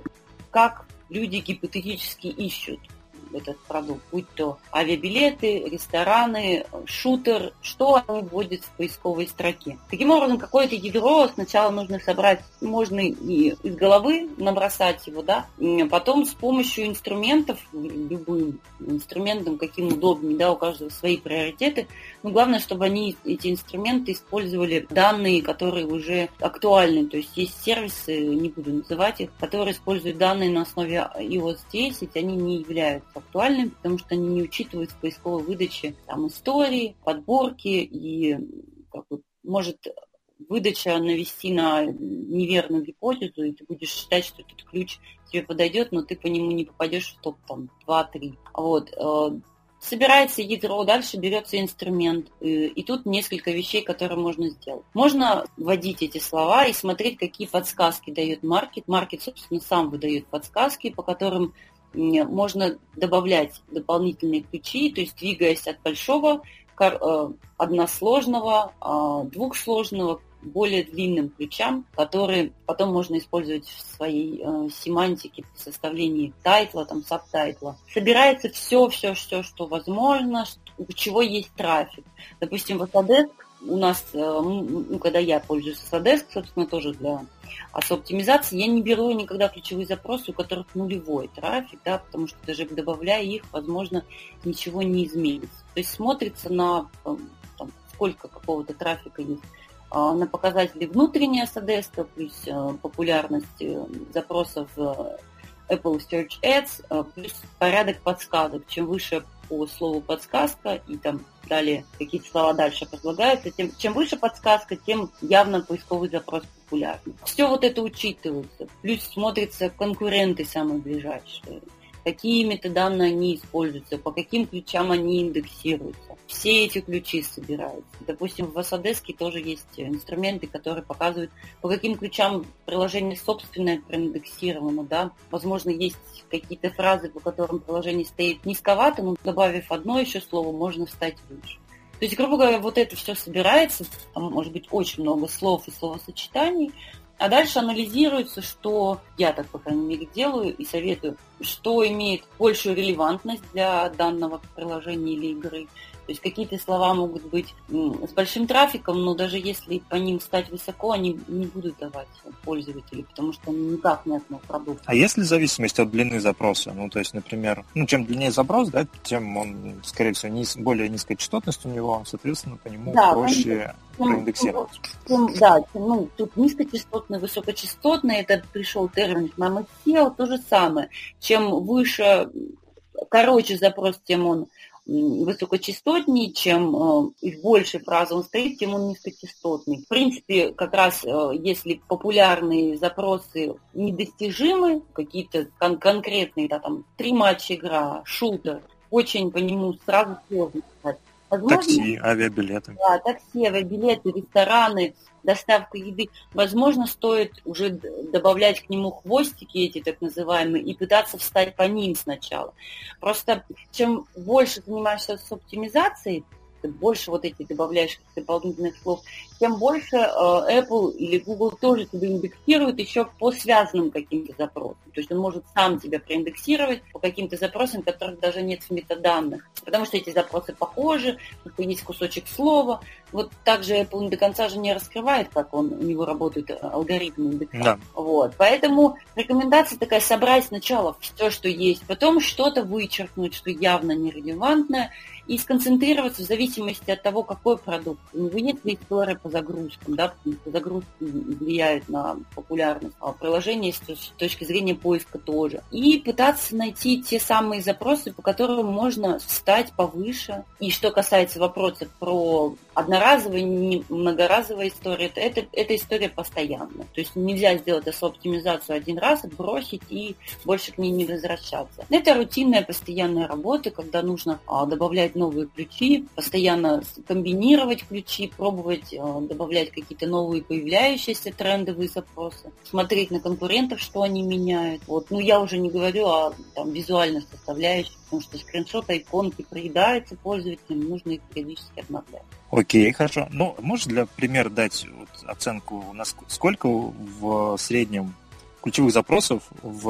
как люди гипотетически ищут этот продукт, будь то авиабилеты, рестораны, шутер, что они вводят в поисковой строке. Таким образом, какое-то ядро сначала нужно собрать, можно и из головы набросать его, да, потом с помощью инструментов, любым инструментом, каким удобнее, да, у каждого свои приоритеты, но главное, чтобы они, эти инструменты, использовали данные, которые уже актуальны, то есть есть сервисы, не буду называть их, которые используют данные на основе ай о эс десять, они не являются актуальными, потому что они не учитывают в поисковой выдаче там истории, подборки и как бы, может выдача навести на неверную гипотезу, и ты будешь считать, что этот ключ тебе подойдет, но ты по нему не попадешь в топ там два-три. Вот. Собирается ядро, дальше берется инструмент, и тут несколько вещей, которые можно сделать. Можно вводить эти слова и смотреть, какие подсказки дает маркет. Маркет, собственно, сам выдает подсказки, по которым можно добавлять дополнительные ключи, то есть двигаясь от большого к односложного, двухсложного, более длинным ключам, которые потом можно использовать в своей э, семантике при составлении тайтла, там, сабтайтла. Собирается все, все, все, что возможно, у чего есть трафик. Допустим, в Autodesk у нас, ну, когда я пользуюсь Autodesk, собственно, тоже для АСО-оптимизации, я не беру никогда ключевые запросы, у которых нулевой трафик, да, потому что даже добавляя их, возможно, ничего не изменится. То есть смотрится на там, сколько какого-то трафика есть, на показатели внутренней Autodesk, плюс популярность запросов Apple Search Ads, плюс порядок подсказок. Чем выше по слову подсказка и там далее какие-то слова дальше предлагаются, тем, чем выше подсказка, тем явно поисковый запрос популярный. Все вот это учитывается. Плюс смотрятся конкуренты самые ближайшие. Какие метаданные они используются, по каким ключам они индексируются. Все эти ключи собираются. Допустим, в Autodesk тоже есть инструменты, которые показывают, по каким ключам приложение собственное проиндексировано. Да? Возможно, есть какие-то фразы, по которым приложение стоит низковато, но добавив одно еще слово, можно встать выше. То есть, грубо говоря, вот это все собирается, там может быть очень много слов и словосочетаний, а дальше анализируется, что я так, по крайней мере, делаю и советую, что имеет большую релевантность для данного приложения или игры. То есть какие-то слова могут быть с большим трафиком, но даже если по ним стать высоко, они не будут давать пользователю, потому что они никак не от продукта. А есть ли зависимость от длины запроса? Ну, то есть, например, ну, чем длиннее запрос, да, тем он, скорее всего, низ, более низкая частотность у него, соответственно, по нему да, проще проиндексировать. Тем, да, тем, ну, тут низкочастотный, высокочастотный, это пришел термин нам из сео, то же самое. Чем выше, короче запрос, тем он высокочастотнее, чем э, больше фразы он стоит, тем он низкочастотный. В принципе, как раз э, если популярные запросы недостижимы, какие-то кон- конкретные, да, там, три матча игра, шутер, очень по нему сразу сложно писать. Возможно, такси, авиабилеты. Да, такси, авиабилеты, рестораны, доставка еды. Возможно, стоит уже добавлять к нему хвостики эти так называемые и пытаться встать по ним сначала. Просто чем больше занимаешься с оптимизацией, больше вот эти добавляешь дополнительных слов, тем больше э, Apple или Google тоже тебя индексирует еще по связанным каким-то запросам. То есть он может сам тебя проиндексировать по каким-то запросам, которых даже нет в метаданных. Потому что эти запросы похожи, есть кусочек слова. Вот также Apple до конца же не раскрывает, как он, у него работают алгоритмы индексации. Да. Вот. Поэтому рекомендация такая: собрать сначала все, что есть, потом что-то вычеркнуть, что явно нерелевантное, и сконцентрироваться в зависимости от того, какой продукт. У него нет ли истории по загрузкам, да, потому что загрузки влияют на популярность а приложения с точки зрения поиска тоже. И пытаться найти те самые запросы, по которым можно встать повыше. И что касается вопросов про одноразовые, многоразовые истории, это, это, это история постоянная. То есть нельзя сделать оптимизацию один раз, бросить и больше к ней не возвращаться. Это рутинная постоянная работа, когда нужно а, добавлять новые ключи, постоянно комбинировать ключи, пробовать а, добавлять какие-то новые появляющиеся трендовые запросы, смотреть на конкурентов, что они меняют. Вот. Ну, я уже не говорю о там, визуальной составляющей, потому что скриншоты, иконки проедаются пользователям, нужно их периодически обновлять. Окей, хорошо. Ну, можешь для примера дать вот оценку, сколько в среднем ключевых запросов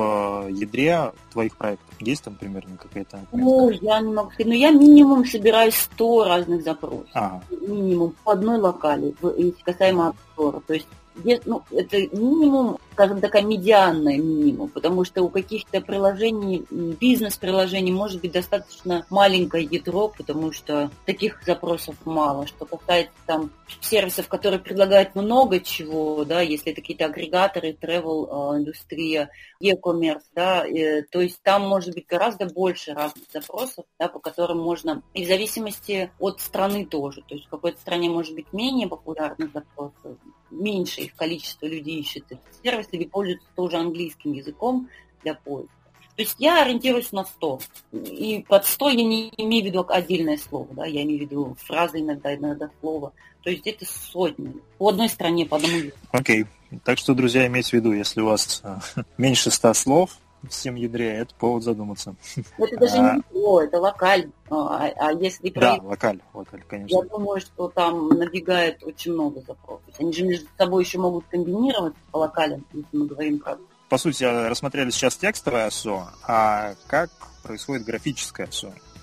в ядре твоих проектов? Есть там примерно какая-то? Ну, я не могу сказать, но я минимум собираю сто разных запросов. Ага. Минимум по одной локали, если касаемо обзора. То есть, ну, это минимум, скажем, такая медианная минимум, потому что у каких-то приложений, бизнес-приложений может быть достаточно маленькое ядро, потому что таких запросов мало. Что касается там сервисов, которые предлагают много чего, да, если это какие-то агрегаторы, travel, индустрия, e-commerce, да, и, то есть там может быть гораздо больше разных запросов, да, по которым можно, и в зависимости от страны тоже, то есть в какой-то стране может быть менее популярных запросов, меньше их количество людей ищет этот сервис или пользуются тоже английским языком для поиска. То есть я ориентируюсь на сто. И под сто я не имею в виду отдельное слово, да, я имею в виду фразы иногда, иногда слово. То есть это сотни. По одной стране, по одному языку. Окей. Okay. Так что, друзья, имейте в виду, если у вас меньше ста слов в всем ядре, это повод задуматься. Это даже а... не ядро, это локаль. А, а если да, про... локаль, локаль, конечно. Я думаю, что там набегает очень много запросов. Они же между собой еще могут комбинировать по локалям, если мы говорим про... По сути, рассмотрели сейчас текстовое эй эс о, а как происходит графическое эй эс о?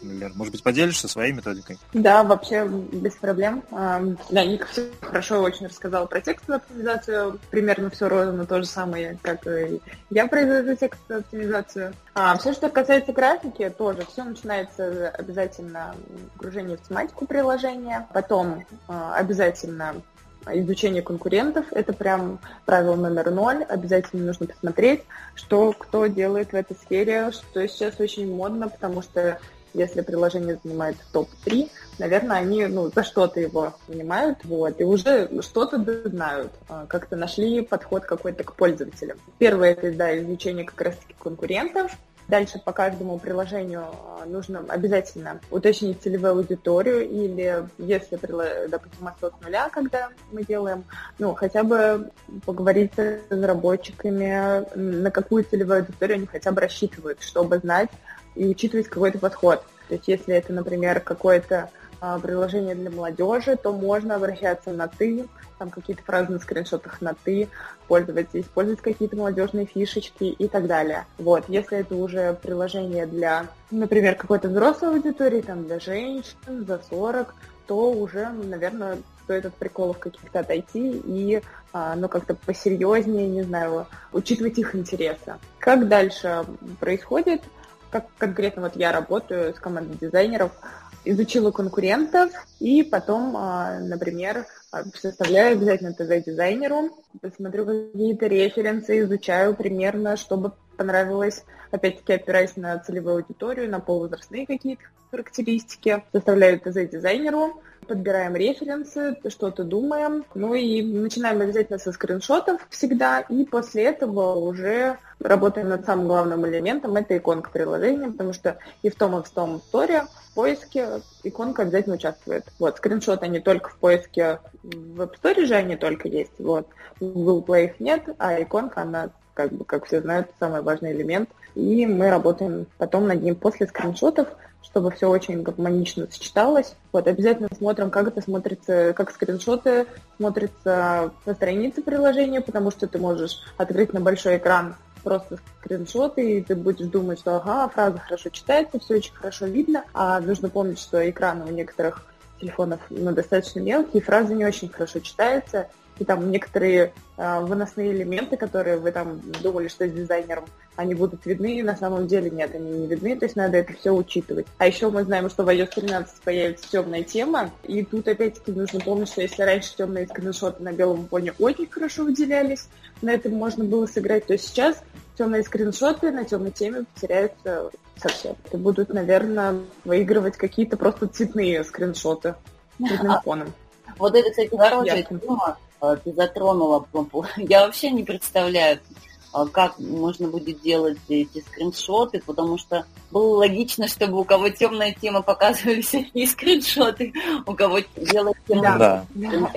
например? Может быть, поделишься своей методикой? Да, вообще без проблем. Да, Ника все хорошо очень рассказала про текстовую оптимизацию. Примерно все ровно то же самое, как и я произвожу текстовую оптимизацию. А все, что касается графики, тоже все начинается обязательно погружение в тематику приложения, потом обязательно изучение конкурентов, это прям правило номер ноль. Обязательно нужно посмотреть, что кто делает в этой сфере, что сейчас очень модно, потому что если приложение занимает топ три, наверное, они ну, за что-то его занимают, вот, и уже что-то знают, как-то нашли подход какой-то к пользователям. Первое, это, да, изучение как раз-таки конкурентов. Дальше по каждому приложению нужно обязательно уточнить целевую аудиторию, или если, допустим, от нуля, когда мы делаем, ну, хотя бы поговорить с разработчиками, на какую целевую аудиторию они хотя бы рассчитывают, чтобы знать и учитывать какой-то подход. То есть если это, например, какое-то приложение для молодежи, то можно обращаться на «ты», там какие-то фразы на скриншотах на «ты», пользоваться, использовать какие-то молодежные фишечки и так далее. Вот, если это уже приложение для, например, какой-то взрослой аудитории, там, для женщин за сорок, то уже, наверное, стоит от приколов каких-то отойти и, ну, как-то посерьезнее, не знаю, учитывать их интересы. Как дальше происходит? Как конкретно вот я работаю с командой дизайнеров, изучила конкурентов и потом, например, составляю обязательно ТЗ дизайнеру, посмотрю какие-то референсы, изучаю примерно, чтобы понравилось, опять-таки опираясь на целевую аудиторию, на полувозрастные какие-то характеристики, составляю ТЗ дизайнеру, подбираем референсы, что-то думаем, ну и начинаем обязательно со скриншотов всегда, и после этого уже работаем над самым главным элементом, это иконка приложения, потому что и в том, и в том сторе в поиске иконка обязательно участвует. Вот, скриншоты не только в поиске, в App Store же они только есть, вот, в Google Play их нет, а иконка, она, как бы, как все знают, самый важный элемент, и мы работаем потом над ним после скриншотов, чтобы все очень гармонично сочеталось. Вот, обязательно смотрим, как это смотрится, как скриншоты смотрятся на странице приложения, потому что ты можешь открыть на большой экран просто скриншоты, и ты будешь думать, что ага, фраза хорошо читается, все очень хорошо видно, а нужно помнить, что экраны у некоторых телефонов ну, достаточно мелкие, фразы не очень хорошо читаются, и там некоторые э, выносные элементы, которые вы там думали, что с дизайнером они будут видны, на самом деле нет, они не видны, то есть надо это все учитывать. А еще мы знаем, что в ай о эс тринадцать появится темная тема, и тут опять-таки нужно помнить, что если раньше темные скриншоты на белом фоне очень хорошо выделялись, на этом можно было сыграть, то сейчас темные скриншоты на темной теме потеряются совсем. Это будут, наверное, выигрывать какие-то просто цветные скриншоты цветным фоном. Вот это, кстати, хорошая тема, ты затронула. Я вообще не представляю, как можно будет делать эти скриншоты, потому что было логично, чтобы у кого темная тема показывали всякие скриншоты, у кого делать тему. Да.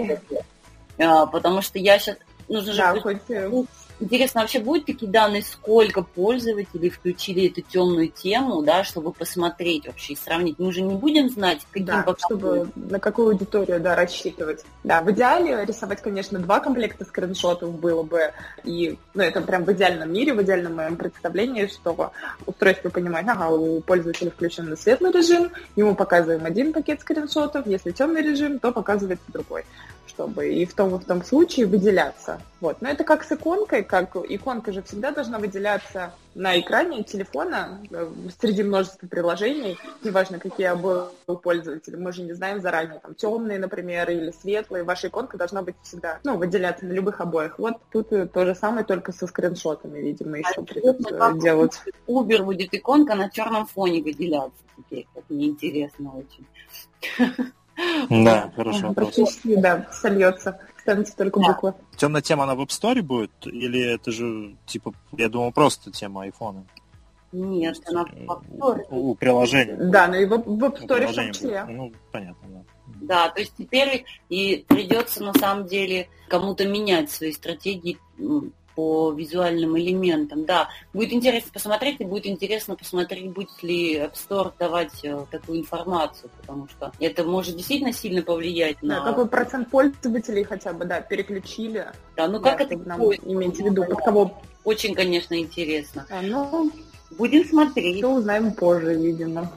Да. Потому что я сейчас... Нужно да, же... хоть... Интересно, вообще будут такие данные, сколько пользователей включили эту темную тему, да, чтобы посмотреть вообще и сравнить? Мы же не будем знать, каким да, чтобы на какую аудиторию, да, рассчитывать. Да, в идеале рисовать, конечно, два комплекта скриншотов было бы, и, ну, это прям в идеальном мире, в идеальном моем представлении, что устройство понимает, ага, у пользователя включен светлый режим, ему показываем один пакет скриншотов, если темный режим, то показывается другой, чтобы и в том, и в том случае выделяться. Вот. Но это как с иконкой, как иконка же всегда должна выделяться на экране телефона среди множества приложений, неважно, какие обои у пользователя, мы же не знаем заранее, там, темные, например, или светлые, ваша иконка должна быть всегда, ну, выделяться на любых обоях. Вот тут то же самое, только со скриншотами, видимо, еще а придется делать. Uber будет иконка на черном фоне выделяться теперь, как мне интересно очень. Да, хороший вопрос. Практически, да, сольется. Станется только да. буква. Темная тема на в App Store будет? Или это же, типа, я думал, просто тема айфона? Нет, она в App Store. У, у приложения. Да, ну и в, в App Store в том числе. Ну, понятно, да. Да, то есть теперь и придется, на самом деле, кому-то менять свои стратегии по визуальным элементам. Да, будет интересно посмотреть, и будет интересно посмотреть, будет ли App Store давать э, такую информацию, потому что это может действительно сильно повлиять на... Да, какой процент пользователей хотя бы, да, переключили. Да, ну да, как это... Нам иметь в виду, под кого... Очень, конечно, интересно. А, ну, будем смотреть. Все узнаем позже, видимо.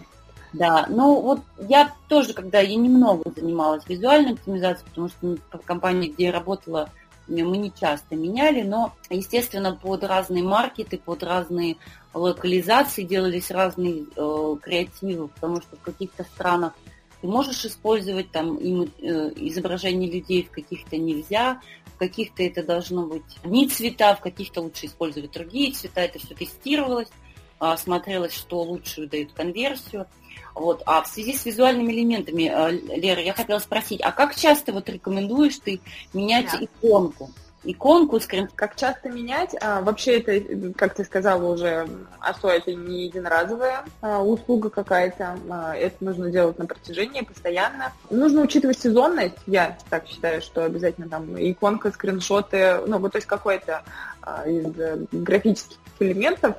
Да, ну вот я тоже, когда я немного занималась визуальной оптимизацией, потому что в компании, где я работала, мы не часто меняли, но, естественно, под разные маркеты, под разные локализации делались разные э, креативы, потому что в каких-то странах ты можешь использовать там им, э, изображение людей, в каких-то нельзя, в каких-то это должно быть одни цвета, в каких-то лучше использовать другие цвета, это все тестировалось, э, смотрелось, что лучше дает конверсию. Вот. А в связи с визуальными элементами, Лера, я хотела спросить, а как часто вот рекомендуешь ты менять да. иконку? Иконку, скрин... Как часто менять? А, вообще это, как ты сказала уже, АСО это не единоразовая а, услуга какая-то. А, это нужно делать на протяжении, постоянно. Нужно учитывать сезонность. Я так считаю, что обязательно там иконка, скриншоты, ну вот то есть какой-то а, из графических элементов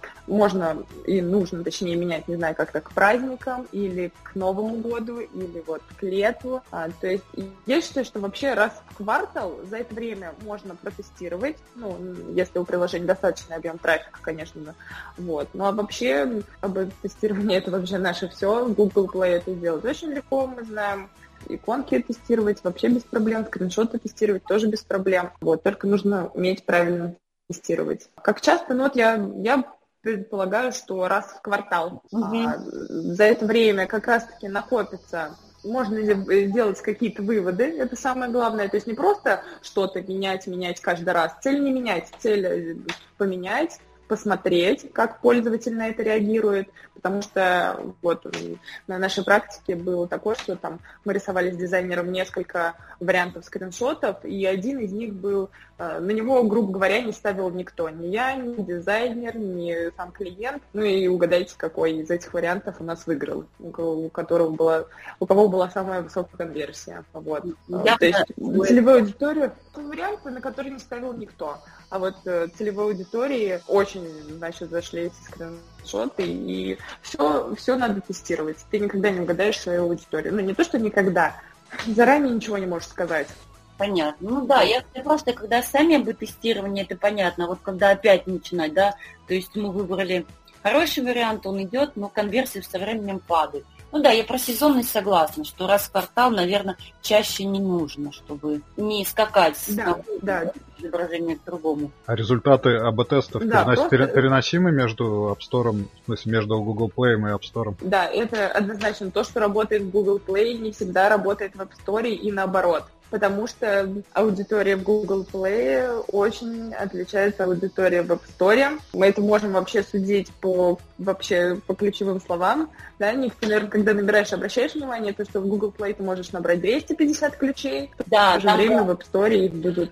можно и нужно, точнее, менять, не знаю, как-то к праздникам или к Новому году, или вот к лету. А, то есть я считаю, что вообще раз в квартал за это время можно протестировать, ну, если у приложения достаточный объем трафика, конечно же. Вот. Ну, а вообще, как бы, тестирование это вообще наше все. Google Play это делать очень легко, мы знаем. Иконки тестировать вообще без проблем, скриншоты тестировать тоже без проблем. Вот, только нужно уметь правильно тестировать. Как часто? Ну вот я, я предполагаю, что раз в квартал. Mm-hmm. А, за это время как раз-таки накопится, можно делать какие-то выводы, это самое главное. То есть не просто что-то менять, менять каждый раз. Цель не менять, цель поменять, посмотреть, как пользователь на это реагирует, потому что вот на нашей практике было такое, что там мы рисовали с дизайнером несколько вариантов скриншотов, и один из них был, на него, грубо говоря, не ставил никто, ни я, ни дизайнер, ни сам клиент, ну и угадайте, какой из этих вариантов у нас выиграл, у которого была, у кого была самая высокая конверсия, вот. Да, то есть да. Целевую аудиторию, варианты, на которые не ставил никто. А вот э, целевой аудитории очень, значит, зашли эти скриншоты, и все, все надо тестировать. Ты никогда не угадаешь свою аудиторию. Ну, не то, что никогда, заранее ничего не можешь сказать. Понятно. Ну да, я, я просто, когда сами бы тестирование, это понятно. Вот когда опять начинать, да, то есть мы выбрали хороший вариант, он идет, но конверсия со временем падает. Ну да, я про сезонность согласна, что раз в квартал, наверное, чаще не нужно, чтобы не скакать с да, да. изображения к другому. А результаты эй би-тестов да, перенос... просто... переносимы между App Store, в смысле, между Google Play и App Store? Да, это однозначно. То, что работает в Google Play, не всегда работает в App Store и наоборот. Потому что аудитория в Google Play очень отличается от аудитории в App Store. Мы это можем вообще судить по, вообще, по ключевым словам. Да? Например, когда набираешь, обращаешь внимание, то, что в Google Play ты можешь набрать двести пятьдесят ключей, да, в то же да, время да. в App Store их будут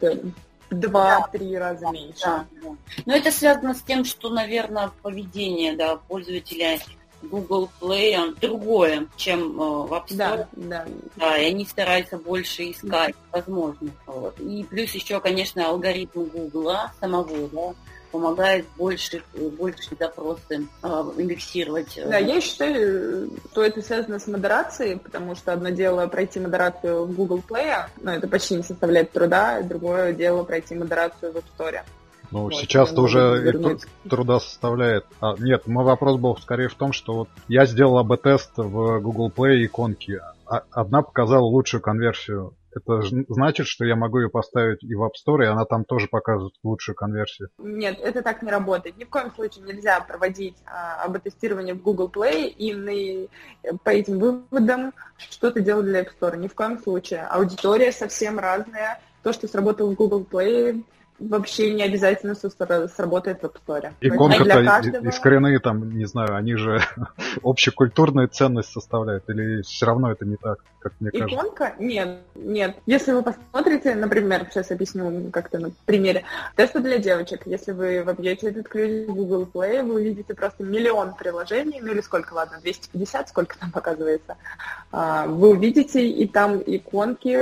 два-три да, раза меньше. Да, да. Но это связано с тем, что, наверное, поведение да, пользователя Google Play другое, чем э, в App Store. Да, да. Да, и они стараются больше искать, возможно. Вот. И плюс еще, конечно, алгоритм Google самого, да, помогает больше, больше запросы э, индексировать. Да, я считаю, что это связано с модерацией, потому что одно дело пройти модерацию в Google Play, но это почти не составляет труда, и другое дело пройти модерацию в App Store. Ну, вот, сейчас-то уже труда составляет. А, нет, мой вопрос был скорее в том, что вот я сделал эй би-тест в Google Play иконки. А одна показала лучшую конверсию. Это значит, что я могу ее поставить и в App Store, и она там тоже показывает лучшую конверсию? Нет, это так не работает. Ни в коем случае нельзя проводить а, эй би-тестирование в Google Play и на, по этим выводам что-то делать для App Store. Ни в коем случае. Аудитория совсем разная. То, что сработало в Google Play, вообще не обязательно сработает в App Store. Иконка-то каждого... и скрины там, не знаю, они же общекультурную ценность составляют, или все равно это не так, как мне кажется? Иконка? Нет, нет. Если вы посмотрите, например, сейчас объясню как-то на примере, тесты для девочек. Если вы вобьете этот ключ в Google Play, вы увидите просто миллион приложений, ну или сколько, ладно, двести пятьдесят, сколько там показывается. Вы увидите, и там иконки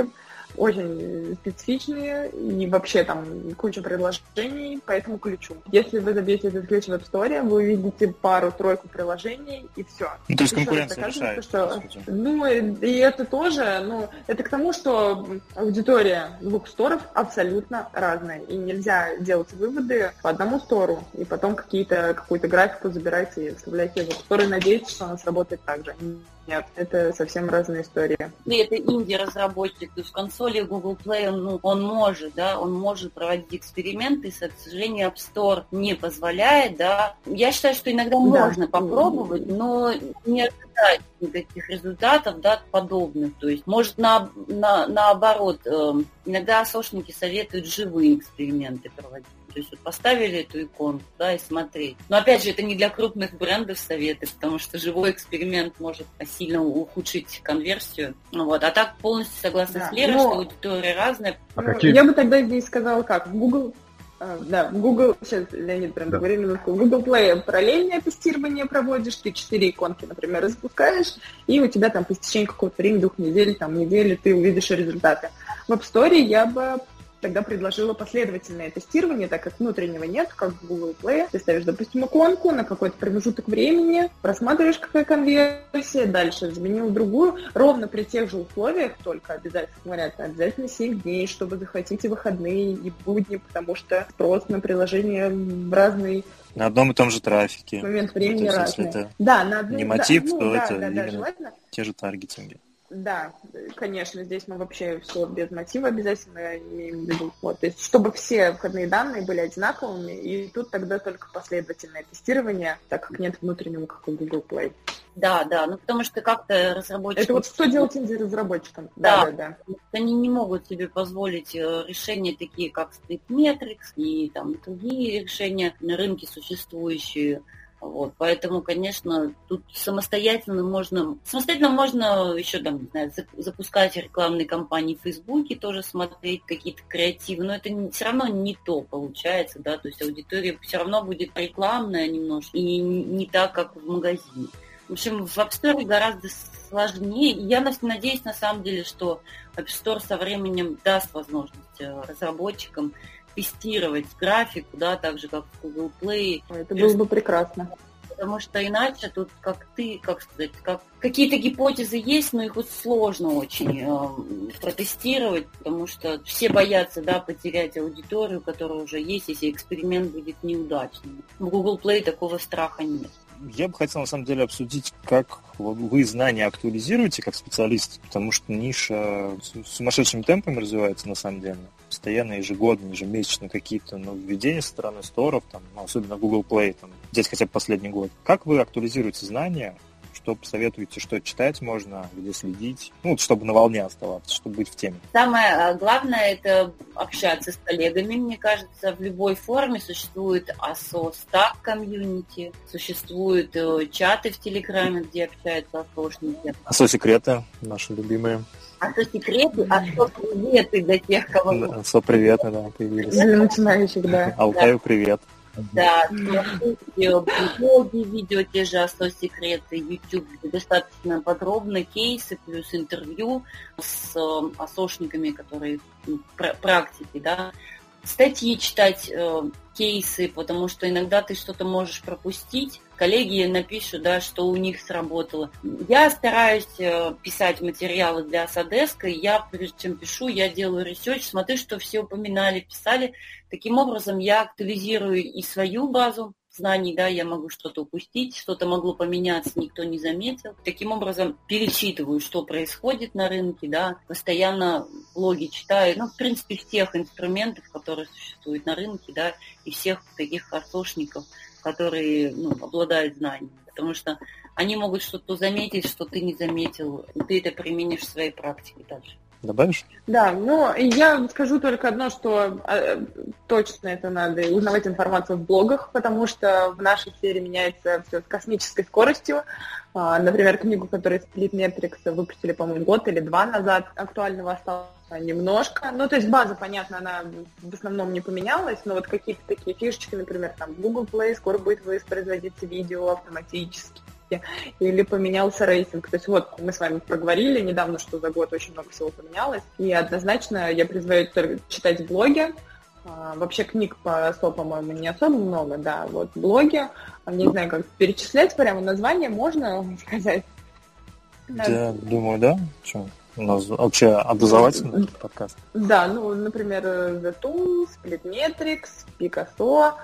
очень специфичные и вообще там куча предложений по этому ключу. Если вы забьете этот ключ в App Store, вы увидите пару-тройку приложений и все. Ну, то есть конкуренция решает. Что, ну, и, и это тоже, ну, это к тому, что аудитория двух сторов абсолютно разная, и нельзя делать выводы по одному стору, и потом какие-то, какую-то графику забирайте и вставляйте в App Store и надеяться, что она сработает так же. Нет, это совсем разная история. И это инди-разработчик, то есть в консоли Google Play он, ну, он может, да, он может проводить эксперименты, и, к сожалению, App Store не позволяет, да. Я считаю, что иногда да. можно попробовать, но не ожидать никаких результатов, да, подобных. То есть, может, на, на, наоборот, э, иногда асошники советуют живые эксперименты проводить. То есть вот поставили эту иконку, да, и смотреть. Но опять же, это не для крупных брендов советы, потому что живой эксперимент может сильно ухудшить конверсию. Ну, вот. А так полностью согласна да, с Лерой, но... что аудитория разная. А ну, какие... Я бы тогда здесь сказала как. В Google... А, да, в Google... Сейчас, Леонид прям да. говорил минутку. В Google Play параллельное тестирование проводишь, ты четыре иконки, например, запускаешь, и у тебя там по истечении какого-то времени, двух недель, там, недели, ты увидишь результаты. В App Store я бы тогда предложила последовательное тестирование, так как внутреннего нет, как в Google Play. Ты ставишь, допустим, иконку на какой-то промежуток времени, просматриваешь, какая конверсия, дальше изменил другую, ровно при тех же условиях, только обязательно, говорят, обязательно семь дней, чтобы захватить и выходные, и будни, потому что спрос на приложение в разный на одном и том же трафике. Момент времени ну, разный. Если это да, на одном, не мотив, да, то ну, да, это да, да, именно желательно. Те же таргетинги. Да, конечно, здесь мы вообще все без мотива обязательно имеем в виду. Вот, то есть, чтобы все входные данные были одинаковыми, и тут тогда только последовательное тестирование, так как нет внутреннего, как у Google Play. Да, да, ну потому что как-то разработчики... Это вот что делать инди-разработчикам? Да, да, да. да. Они не могут себе позволить решения такие, как Streetmetrics и там другие решения на рынке существующие. Вот, поэтому, конечно, тут самостоятельно можно, самостоятельно можно еще там, не знаю, запускать рекламные кампании в Фейсбуке, тоже смотреть какие-то креативы, но это не, все равно не то получается, да, то есть аудитория все равно будет рекламная немножко и не так, как в магазине. В общем, в App Store гораздо сложнее. Я надеюсь, на самом деле, что App Store со временем даст возможность разработчикам тестировать графику, да, так же, как в Google Play. Это было бы прекрасно. Потому что иначе тут, как ты, как сказать, как какие-то гипотезы есть, но их вот сложно очень э, протестировать, потому что все боятся, да, потерять аудиторию, которая уже есть, если эксперимент будет неудачным. В Google Play такого страха нет. Я бы хотел, на самом деле, обсудить, как вы знания актуализируете как специалист, потому что ниша сумасшедшими темпами развивается, на самом деле. Постоянно, ежегодно, ежемесячно какие-то нововведения со стороны сторов, там, особенно Google Play, там, здесь хотя бы последний год. Как вы актуализируете знания? Что посоветуете, что читать можно, где следить, ну, чтобы на волне оставаться, чтобы быть в теме? Самое главное – это общаться с коллегами, мне кажется, в любой форме. Существует АСО-стак комьюнити, существуют чаты в Телеграме, где общаются асошники. АСО-секреты, наши любимые. АСО-секреты, АСО-приветы для тех, кого... АСО-приветы, да, появились. Для начинающих, да. Алтаю привет. Да, блоги, видео, те же АСО-секреты, YouTube, достаточно подробно, кейсы плюс интервью с асошниками, которые практики, да, статьи читать, э, кейсы, потому что иногда ты что-то можешь пропустить. Коллеги напишут, да, что у них сработало. Я стараюсь э, писать материалы для Асодеска, и я, прежде чем пишу, я делаю ресерч, смотрю, что все упоминали, писали. Таким образом, я актуализирую и свою базу знаний, да, я могу что-то упустить, что-то могло поменяться, никто не заметил. Таким образом, перечитываю, что происходит на рынке, да, постоянно блоги читаю, ну, в принципе, всех инструментов, которые существуют на рынке, да, и всех таких асошников, которые, ну, обладают знаниями, потому что они могут что-то заметить, что ты не заметил, и ты это применишь в своей практике дальше. Добавишь? Да, ну, я скажу только одно, что э, точно это надо узнавать информацию в блогах, потому что в нашей сфере меняется все с космической скоростью. А, например, книгу, которую Streetmetrics выпустили, по-моему, год или два назад, актуального осталось немножко. Ну, то есть база, понятно, она в основном не поменялась, но вот какие-то такие фишечки, например, там в Google Play скоро будет воспроизводиться видео автоматически. или поменялся рейтинг. То есть вот мы с вами проговорили недавно, что за год очень много всего поменялось, и однозначно я призываю читать блоги. А, вообще книг по СО, по-моему, не особо много, да, вот блоги, не знаю, как перечислять прямо название, можно сказать? Да, да, думаю, да. Что? У нас вообще образовательный подкаст. Да, ну, например, Zoom, Splitmetrics, Picasso,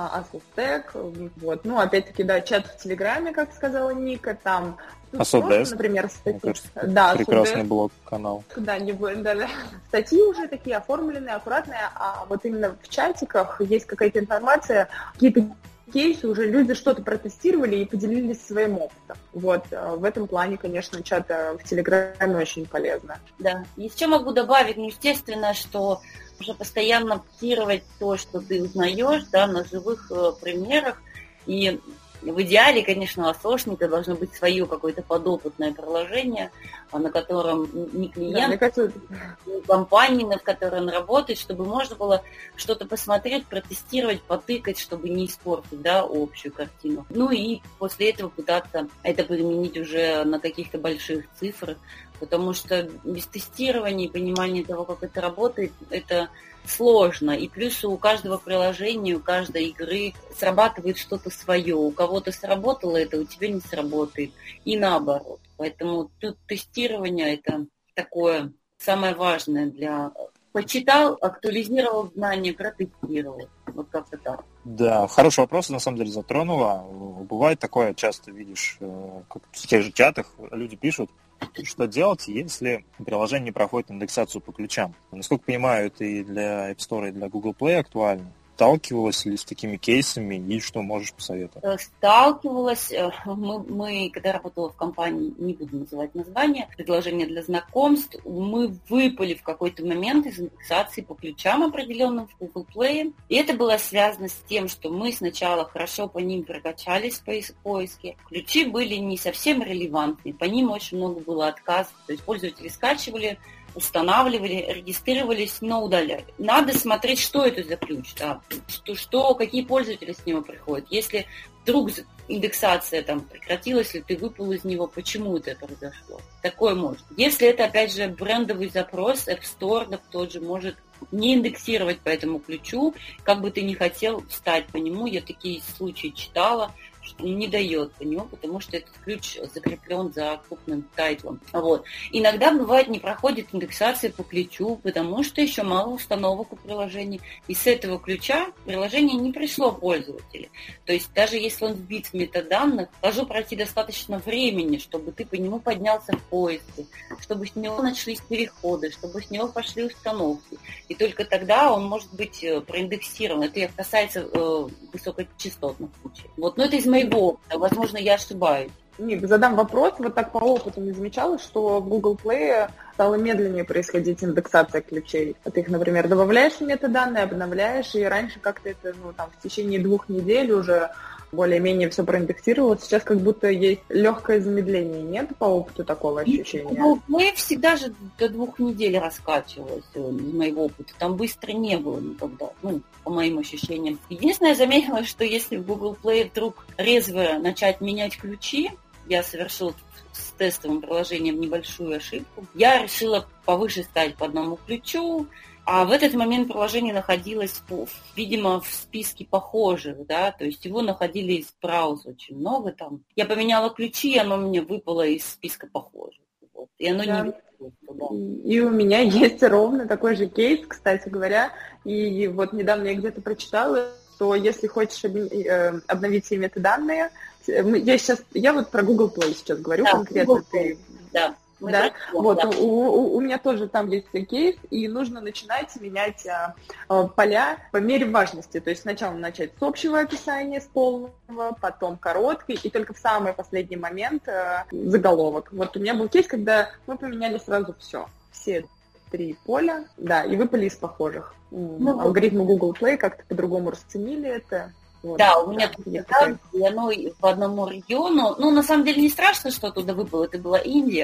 Asustek, вот. Ну, опять-таки, да, чат в Телеграме, как сказала Ника, там... Ну, Асудес, например, статьи. Кажется, да, прекрасный блог-канал. Да, не, да, да. Статьи уже такие оформленные, аккуратные, а вот именно в чатиках есть какая-то информация, какие-то кейсы, уже люди что-то протестировали и поделились своим опытом. Вот, в этом плане, конечно, чат в Телеграме очень полезно. Да, еще могу добавить, ну, естественно, что уже постоянно тестировать то, что ты узнаешь, да, на живых э, примерах, и в идеале, конечно, у асошника должно быть свое какое-то подопытное приложение, на котором не клиент, да, не компания, в которой он работает, чтобы можно было что-то посмотреть, протестировать, потыкать, чтобы не испортить, да, общую картину. Ну и после этого пытаться это применить уже на каких-то больших цифрах, потому что без тестирования и понимания того, как это работает, это сложно. И плюс у каждого приложения, у каждой игры срабатывает что-то свое. У кого-то сработало это, у тебя не сработает. И наоборот. Поэтому тут тестирование – это такое самое важное для... Почитал, актуализировал знания, протестировал. Вот как-то так. Да, хороший вопрос, на самом деле, затронула. Бывает такое, часто видишь, как в тех же чатах люди пишут, что делать, если приложение не проходит индексацию по ключам. Насколько понимаю, это и для App Store, и для Google Play актуально. Сталкивалась ли с такими кейсами и что можешь посоветовать? Сталкивалась. Мы, мы, когда работала в компании, не буду называть название, предложение для знакомств, мы выпали в какой-то момент из индексации по ключам определенным в Google Play. И это было связано с тем, что мы сначала хорошо по ним прокачались в поиске. Ключи были не совсем релевантны, по ним очень много было отказов. То есть пользователи скачивали, устанавливали, регистрировались, но удаляли. Надо смотреть, что это за ключ, да, что, что, какие пользователи с него приходят. Если вдруг индексация там прекратилась, или ты выпал из него, почему это произошло? Такое может. Если это, опять же, брендовый запрос, App Store, да, тот же может не индексировать по этому ключу, как бы ты ни хотел встать по нему. Я такие случаи читала, что не дает по нему, потому что этот ключ закреплен за крупным тайтлом. Вот. Иногда бывает не проходит индексация по ключу, потому что еще мало установок у приложения. И с этого ключа приложение не пришло пользователю. То есть даже если он вбит в метаданных, должно пройти достаточно времени, чтобы ты по нему поднялся в поиске, чтобы с него начались переходы, чтобы с него пошли установки. И только тогда он может быть проиндексирован. Это касается э, высокочастотных случаев. Вот. Но это из моего опыта. Возможно, я ошибаюсь. Ник, задам вопрос. Вот так по опыту не замечала, что в Google Play стало медленнее происходить индексация ключей. Ты их, например, добавляешь в метаданные, обновляешь, и раньше как-то это, ну, там, в течение двух недель уже более-менее все проиндексировалось. Сейчас как будто есть легкое замедление. Нет по опыту такого ощущения? Ну, мы всегда же до двух недель раскачивалось из моего опыта. Там быстро не было никогда, ну, по моим ощущениям. Единственное, я заметила, что если в Google Play вдруг резво начать менять ключи, я совершила с тестовым приложением небольшую ошибку, я решила повыше ставить по одному ключу, а в этот момент приложение находилось, видимо, в списке похожих, да, то есть его находили из браузера очень много там. Я поменяла ключи, и оно мне выпало из списка похожих. Вот. И оно да. не выпало. Да. И у меня есть ровно такой же кейс, кстати говоря. И вот недавно я где-то прочитала, что если хочешь обновить все метаданные, я сейчас, я вот про Google Play сейчас говорю да, конкретно. Google Play. Ты... Да. Мы да, вот да. У, у, у меня тоже там есть кейс, и нужно начинать менять а, а, поля по мере важности. То есть сначала начать с общего описания, с полного, потом короткий, и только в самый последний момент а, заголовок. Вот у меня был кейс, когда мы поменяли сразу все, все три поля, да, и выпали из похожих. Ну, алгоритмы Google Play как-то по-другому расценили это. Вот, да, у меня да, там, и оно по одному региону. Ну, на самом деле не страшно, что оттуда выпало, это была Индия.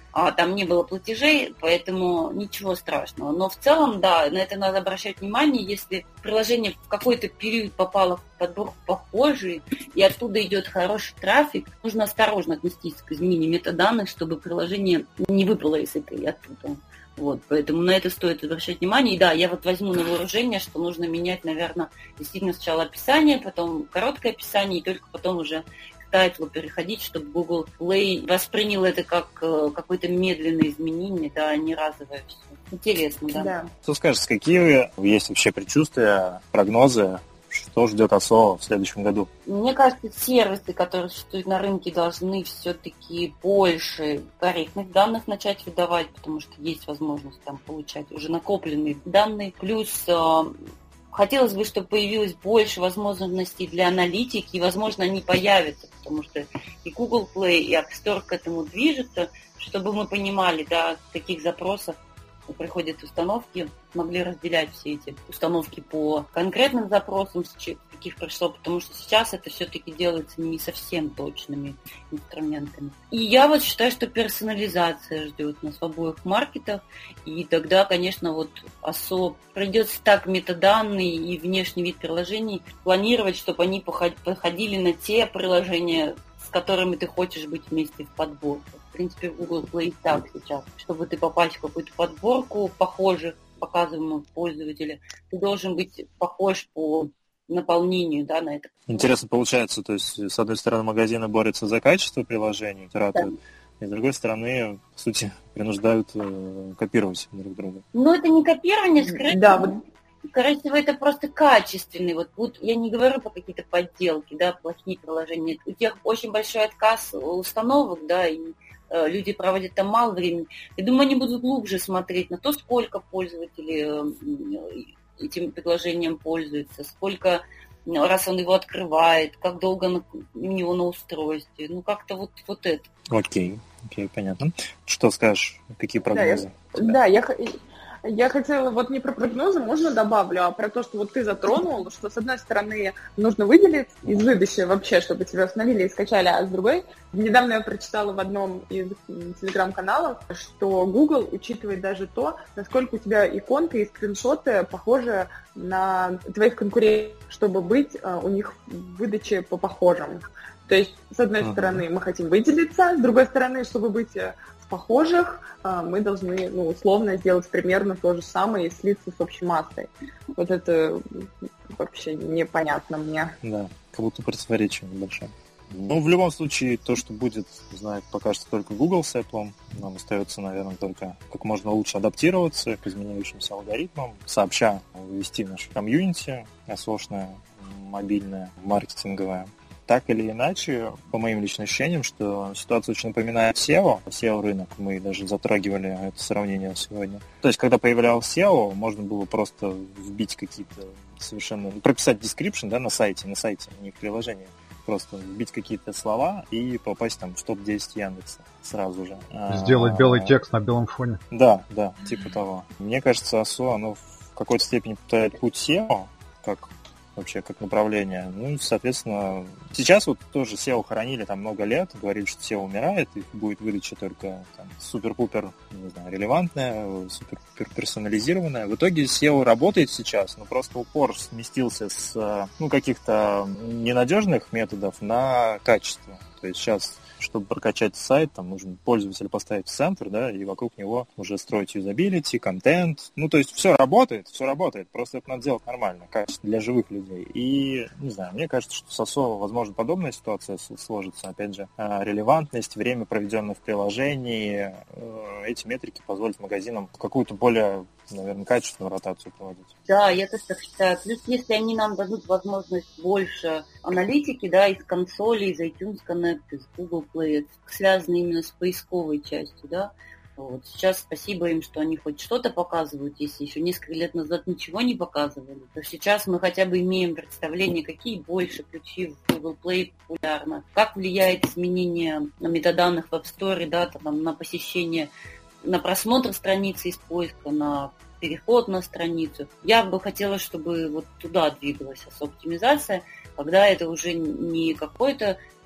а там не было платежей, поэтому ничего страшного. Но в целом, да, на это надо обращать внимание, если приложение в какой-то период попало в подборку похожий, и оттуда идет хороший трафик, нужно осторожно отнестись к изменению метаданных, чтобы приложение не выпало из этой оттуда. Вот, поэтому на это стоит обращать внимание. И да, я вот возьму на вооружение, что нужно менять, наверное, действительно сначала описание, потом короткое описание, и только потом уже к тайтлу переходить, чтобы Google Play воспринял это как э, какое-то медленное изменение, да, не разовое все. Интересно, да. да. Что скажешь, какие есть вообще предчувствия, прогнозы? Что ждет АСО в следующем году? Мне кажется, сервисы, которые существуют на рынке, должны все-таки больше корректных данных начать выдавать, потому что есть возможность там получать уже накопленные данные. Плюс э, хотелось бы, чтобы появилось больше возможностей для аналитики, и, возможно, они появятся, потому что и Google Play, и App Store к этому движутся, чтобы мы понимали, да, каких запросов приходят установки, могли разделять все эти установки по конкретным запросам, с каких пришло, потому что сейчас это все-таки делается не совсем точными инструментами. И я вот считаю, что персонализация ждет нас в обоих маркетах, и тогда, конечно, вот АСО придется так метаданные и внешний вид приложений планировать, чтобы они походили на те приложения, с которыми ты хочешь быть вместе в подборке. В принципе, в Google Play так сейчас. Чтобы ты попасть в какую-то подборку похожих, показываемых пользователя, ты должен быть похож по наполнению, да, на это. Интересно получается, то есть, с одной стороны, магазины борются за качество приложений, ратуют, да. И с другой стороны, по сути, принуждают э, копировать друг друга. Ну, это не копирование, скорее да, вот. Скорее всего, это просто качественный. Вот, вот я не говорю по какие-то подделки, да, плохие приложения. У тех очень большой отказ установок, да, и э, люди проводят там мало времени. Я думаю, они будут глубже смотреть на то, сколько пользователей э, этим приложением пользуются, сколько раз он его открывает, как долго на, у него на устройстве. Ну, как-то вот, вот это. Окей, окей, понятно. Что скажешь? Какие прогнозы? Да, я... Да, я... Я хотела вот не про прогнозы, можно добавлю, а про то, что вот ты затронул, что с одной стороны нужно выделить из выдачи вообще, чтобы тебя установили и скачали, а с другой, недавно я прочитала в одном из телеграм-каналов, что Google учитывает даже то, насколько у тебя иконки и скриншоты похожи на твоих конкурентов, чтобы быть у них в выдаче по похожим. То есть, с одной uh-huh. стороны, мы хотим выделиться, с другой стороны, чтобы быть похожих, мы должны, ну, условно сделать примерно то же самое и слиться с общей массой. Вот это вообще непонятно мне. Да, как будто противоречие небольшое. Ну, в любом случае, то, что будет, знает пока что только Google с Apple. Нам остается, наверное, только как можно лучше адаптироваться к изменяющимся алгоритмам, сообща ввести в наше комьюнити, осошное, мобильное, маркетинговое. Так или иначе, по моим личным ощущениям, что ситуация очень напоминает сео, сео-рынок, мы даже затрагивали это сравнение сегодня. То есть, когда появлялось сео, можно было просто вбить какие-то совершенно... прописать description, да, на сайте, на сайте, не в приложении. Просто вбить какие-то слова и попасть там в топ десять Яндекса сразу же. Сделать белый текст на белом фоне. Да, да, типа того. Мне кажется, АСО, оно в какой-то степени повторяет путь сео, как вообще как направление. Ну, соответственно, сейчас вот тоже сео хоронили там много лет, говорили, что сео умирает, и будет выдача только там, супер-пупер, не знаю, релевантная, супер-пупер персонализированная. В итоге сео работает сейчас, но просто упор сместился с, ну, каких-то ненадежных методов на качество. То есть сейчас, чтобы прокачать сайт, там нужно пользователя поставить в центр, да, и вокруг него уже строить юзабилити, контент. Ну, то есть все работает, все работает, просто это надо делать нормально, качественно, для живых людей. И, не знаю, мне кажется, что с АСО, возможно, подобная ситуация сложится. Опять же, релевантность, время, проведенное в приложении, эти метрики позволят магазинам какую-то более, наверное, качественную ротацию проводить. Да, я тоже так считаю. Плюс, если они нам дадут возможность больше аналитики, да, из консоли, из iTunes Connect, из Google Play, связанные именно с поисковой частью, да. Вот. Сейчас спасибо им, что они хоть что-то показывают, если еще несколько лет назад ничего не показывали, то сейчас мы хотя бы имеем представление, какие больше ключи в Google Play популярны, как влияет изменение метаданных в App Store, да, там, на посещение, на просмотр страницы из поиска, на переход на страницу. Я бы хотела, чтобы вот туда двигалась оптимизация, когда это уже не какой-то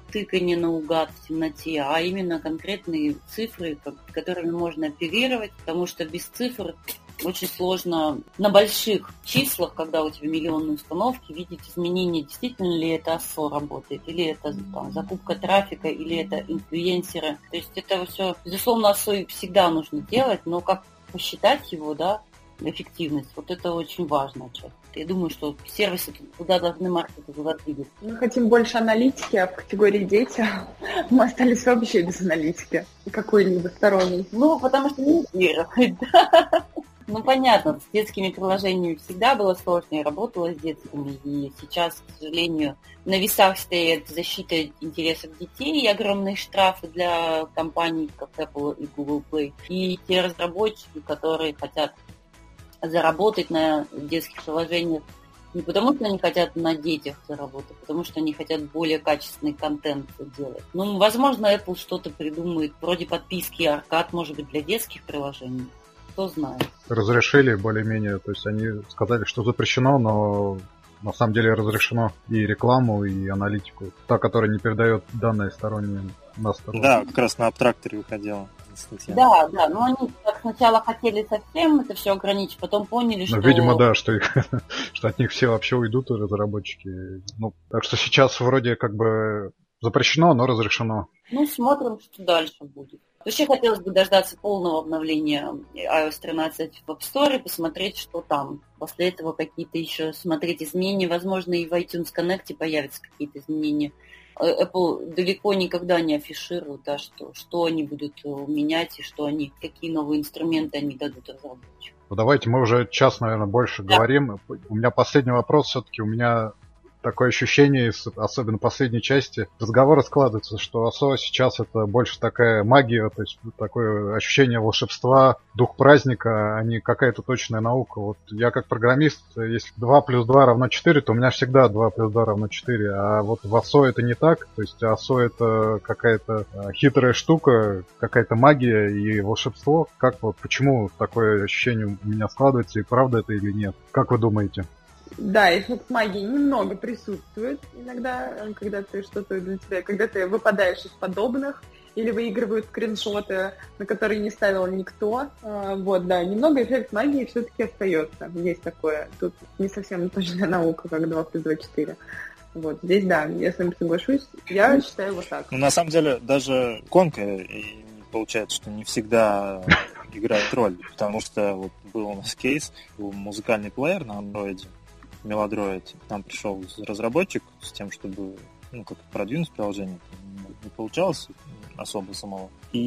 тыканье наугад в темноте, а именно конкретные цифры, которыми можно оперировать, потому что без цифр очень сложно на больших числах, когда у тебя миллионные установки, видеть изменения, действительно ли это АСО работает, или это там, закупка трафика, или это инфлюенсеры. То есть это все, безусловно, АСО всегда нужно делать, но как посчитать его, да, эффективность, вот это очень важная часть. Я думаю, что сервисы туда должны маркеты туда двигаться. Мы хотим больше аналитики, а в категории дети мы остались вообще без аналитики какой-либо сторонней. Ну, потому что не верят, да. Ну, понятно, с детскими приложениями всегда было сложно, я работала с детскими, и сейчас, к сожалению, на весах стоит защита интересов детей и огромные штрафы для компаний, как Apple и Google Play, и те разработчики, которые хотят заработать на детских приложениях не потому, что они хотят на детях заработать, а потому что они хотят более качественный контент делать. Ну, возможно, Apple что-то придумает, вроде подписки Arcade, может быть, для детских приложений. Кто знает. Разрешили более-менее, то есть они сказали, что запрещено, но на самом деле разрешено и рекламу, и аналитику. Та, которая не передает данные сторонние на сторону. Да, как раз на абтракторе выходила статья. Да, да, но они так сначала хотели совсем это все ограничить, потом поняли, ну, что... Видимо, да, что, их, что от них все вообще уйдут, разработчики. Ну, так что сейчас вроде как бы запрещено, но разрешено. Ну, смотрим, что дальше будет. Вообще хотелось бы дождаться полного обновления ай о эс тринадцать в App Store, посмотреть, что там. После этого какие-то еще смотреть изменения. Возможно, и в iTunes Connect появятся какие-то изменения. Apple далеко никогда не афиширует, да, что, что они будут менять и что они, какие новые инструменты они дадут разработчикам. Ну, давайте мы уже час, наверное, больше да. говорим. У меня последний вопрос все-таки. У меня такое ощущение, особенно в последней части разговора складывается, что АСО сейчас это больше такая магия, то есть такое ощущение волшебства, дух праздника, а не какая-то точная наука. Вот я как программист, если два плюс два равно четыре, то у меня всегда два плюс два равно четыре, а вот в АСО это не так, то есть АСО это какая-то хитрая штука, какая-то магия и волшебство. Как вот, почему такое ощущение у меня складывается, и правда это или нет? Как вы думаете? Да, эффект магии немного присутствует иногда, когда ты что-то для тебя, когда ты выпадаешь из подобных или выигрывают скриншоты, на которые не ставил никто. Вот, да, немного эффект магии все-таки остается. Есть такое. Тут не совсем точная наука, как два плюс два четыре. Вот, здесь, да, я с вами соглашусь. Я считаю вот так. Ну, на самом деле, даже иконка, получается, что не всегда играет роль, потому что вот был у нас кейс, был музыкальный плеер на андроиде, Мелодроид. Там пришел разработчик с тем, чтобы ну, как продвинуть приложение. Не получалось особо самого.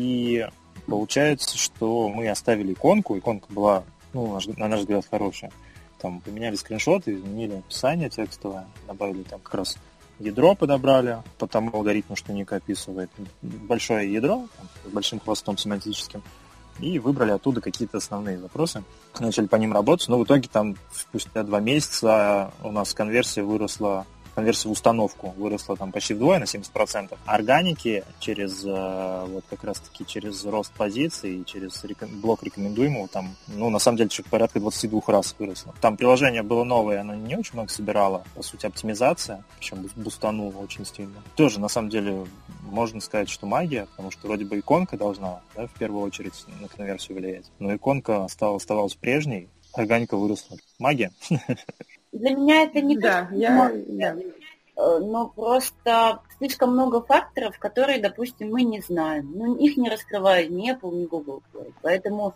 И получается, что мы оставили иконку. Иконка была, ну, на наш взгляд, хорошая. Там поменяли скриншоты, изменили описание текстовое, добавили там как раз ядро подобрали по тому алгоритму, что Ник описывает. Большое ядро там, с большим хвостом семантическим. И выбрали оттуда какие-то основные запросы. Начали по ним работать, но в итоге там спустя два месяца у нас конверсия выросла, конверсия в установку выросла там почти вдвое, на семьдесят процентов. Органики через, вот как раз-таки через рост позиций, через блок рекомендуемого, там, ну, на самом деле, чуть порядка двадцать два раз выросло. Там приложение было новое, оно не очень много собирало, по сути, оптимизация, причем бустануло очень сильно. Тоже, на самом деле, можно сказать, что магия, потому что вроде бы иконка должна, да, в первую очередь на конверсию влиять, но иконка стала, оставалась прежней, органика выросла. Магия? Для меня это не да, то, я, я... но просто слишком много факторов, которые, допустим, мы не знаем. Ну, их не раскрывает ни Apple, ни Google Play. Поэтому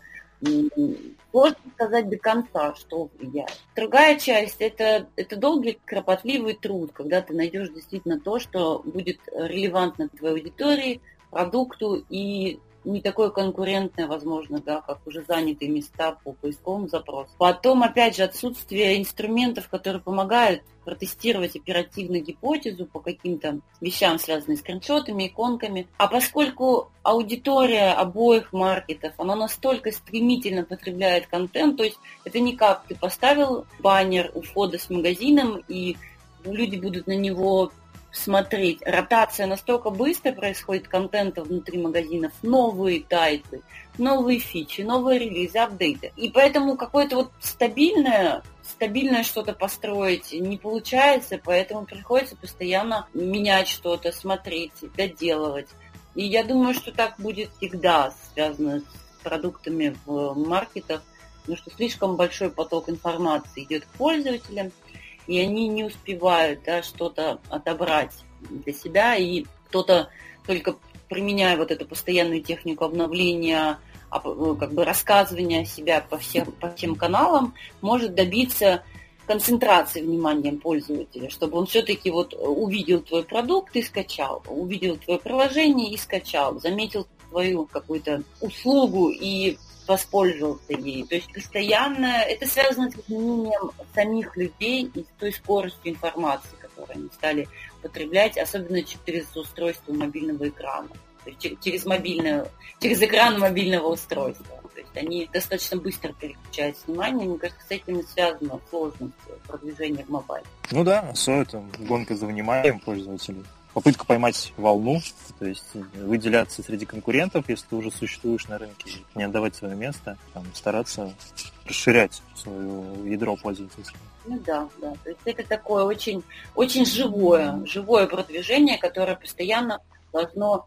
сложно сказать до конца, что влияет. Другая часть это, – это долгий, кропотливый труд, когда ты найдешь действительно то, что будет релевантно твоей аудитории, продукту и не такое конкурентное, возможно, да, как уже занятые места по поисковым запросам. Потом, опять же, отсутствие инструментов, которые помогают протестировать оперативно гипотезу по каким-то вещам, связанным с скриншотами, иконками. А поскольку аудитория обоих маркетов, она настолько стремительно потребляет контент, то есть это не как ты поставил баннер у входа с магазином, и люди будут на него смотреть. Ротация настолько быстро происходит контента внутри магазинов, новые тайтлы, новые фичи, новые релизы, апдейты. И поэтому какое-то вот стабильное, стабильное что-то построить не получается, поэтому приходится постоянно менять что-то, смотреть, доделывать. И я думаю, что так будет всегда связано с продуктами в маркетах, потому что слишком большой поток информации идет к пользователям, и они не успевают, да, что-то отобрать для себя, и кто-то, только применяя вот эту постоянную технику обновления, как бы рассказывания себя по всем, по всем каналам, может добиться концентрации внимания пользователя, чтобы он все-таки вот увидел твой продукт и скачал, увидел твое приложение и скачал, заметил твою какую-то услугу и воспользовался ей. То есть постоянно это связано с изменением самих людей и с той скоростью информации, которую они стали потреблять, особенно через устройство мобильного экрана. То есть через мобильное, через экран мобильного устройства. То есть они достаточно быстро переключают внимание. Мне кажется, с этим и связана сложность продвижения в мобайле. Ну да, все это гонка за вниманием пользователей. Попытка поймать волну, то есть выделяться среди конкурентов, если ты уже существуешь на рынке, не отдавать свое место, там, стараться расширять свое ядро пользовательское. Ну да, да. То есть это такое очень, очень живое, живое продвижение, которое постоянно должно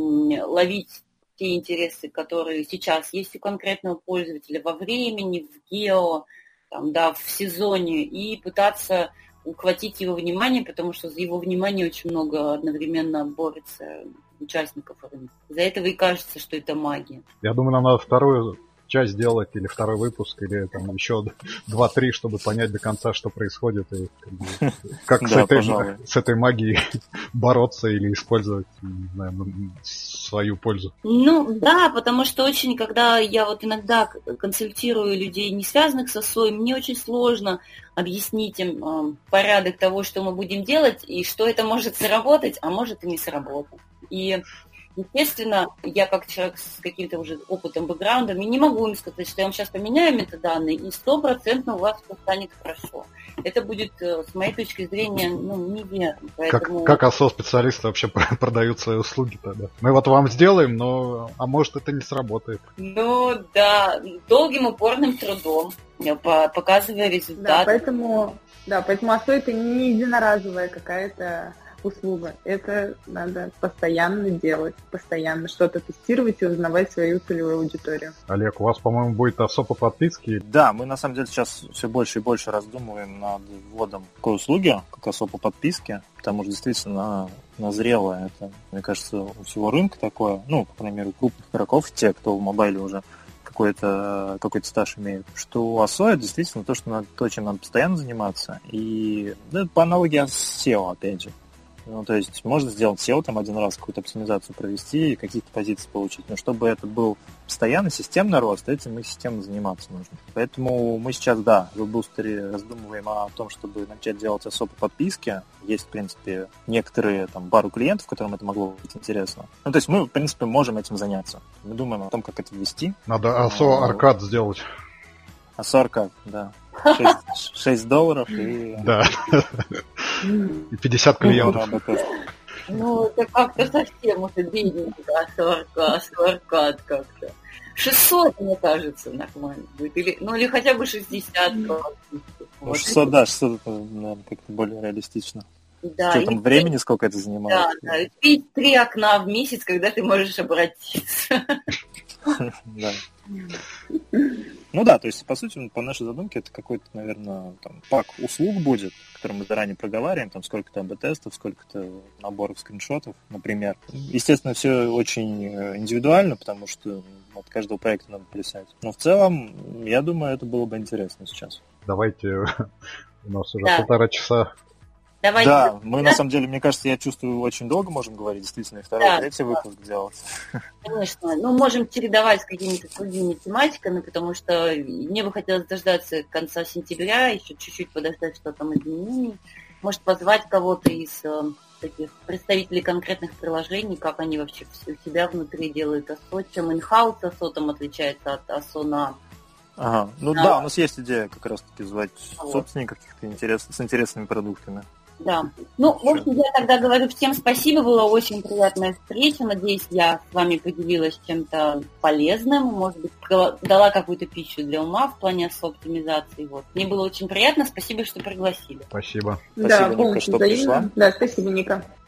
ловить те интересы, которые сейчас есть у конкретного пользователя во времени, в гео, там, да, в сезоне, и пытаться ухватить его внимание, потому что за его внимание очень много одновременно борется участников рынка. Из-за этого и кажется, что это магия. Я думаю, нам надо вторую часть сделать, или второй выпуск, или там еще два-три, чтобы понять до конца, что происходит, и как, бы, как с, этой, с этой магией бороться или использовать, не знаю, свою пользу. Ну да, потому что очень, когда я вот иногда консультирую людей, не связанных со СОИ, мне очень сложно объяснить им э, порядок того, что мы будем делать, и что это может сработать, а может и не сработать. И естественно, я как человек с каким-то уже опытом, бэкграундом, не могу им сказать, что я вам сейчас поменяю метаданные, и стопроцентно у вас все станет хорошо. Это будет, с моей точки зрения, ну, неверно. Поэтому... Как, как ОСО-специалисты вообще продают свои услуги тогда? Мы вот вам сделаем, но, а может, это не сработает. Ну, да, долгим упорным трудом, показывая результат. Да, поэтому, да, поэтому ОСО это не единоразовая какая-то услуга. Это надо постоянно делать, постоянно что-то тестировать и узнавать свою целевую аудиторию. Олег, у вас, по-моему, будет ОСО по подписке? Да, мы на самом деле сейчас все больше и больше раздумываем над вводом такой услуги, как ОСО по подписке, потому что действительно назрело это, мне кажется, у всего рынка такое, ну, по крайней мере, у крупных игроков, те, кто в мобайле уже какой-то, какой-то стаж имеет, что ОСО это действительно то, что надо, то, чем надо постоянно заниматься, и да, по аналогии с сео, опять же. Ну, то есть можно сделать сео, там один раз какую-то оптимизацию провести и каких-то позиций получить. Но чтобы это был постоянный системный рост, этим мы системно заниматься нужно. Поэтому мы сейчас, да, в WebBooster раздумываем о том, чтобы начать делать ОСО по подписке. Есть, в принципе, некоторые, там, пару клиентов, которым это могло быть интересно. Ну, то есть мы, в принципе, можем этим заняться. Мы думаем о том, как это ввести. Надо ОСО аркад сделать. ОСО аркад, да. шесть долларов и... Да. И пятьдесят клиентов. Ну, это как-то совсем уже бедненько, ОСО-аркад как-то. шестьсот, мне кажется, нормально будет. Или, ну, или хотя бы шестьдесят. Ну, шестьсот, да, шестьсот, это, наверное, как-то более реалистично. Да, с учетом времени, сколько это занимает. Да, да, и три окна в месяц, когда ты можешь обратиться. Да. Ну да, то есть, по сути, по нашей задумке, это какой-то, наверное, там, пак услуг будет, который мы заранее проговариваем, там, сколько-то эй би тестов, сколько-то наборов скриншотов, например. Естественно, все очень индивидуально, потому что от каждого проекта надо плясать. Но в целом, я думаю, это было бы интересно сейчас. Давайте, у нас уже да. полтора часа. Давайте. Да, мы на самом деле, мне кажется, я чувствую, очень долго можем говорить, действительно, и второй, да, третий да. выпуск делать. Конечно, ну можем чередовать с какими-то другими тематиками, потому что мне бы хотелось дождаться конца сентября, еще чуть-чуть подождать, что там изменений. Может, позвать кого-то из э, таких представителей конкретных приложений, как они вообще у себя внутри делают ОСО, чем in-house ОСО там отличается от ОСО на... Ага, ну да, да у нас есть идея как раз-таки звать вот. собственников каких-то интерес... с интересными продуктами. Да. Ну, в общем, я тогда говорю всем спасибо, была очень приятная встреча. Надеюсь, я с вами поделилась чем-то полезным, может быть, дала какую-то пищу для ума в плане оптимизации. Вот. Мне было очень приятно, спасибо, что пригласили. Спасибо. Спасибо, да, Ника, что пришла. Да, спасибо, Ника.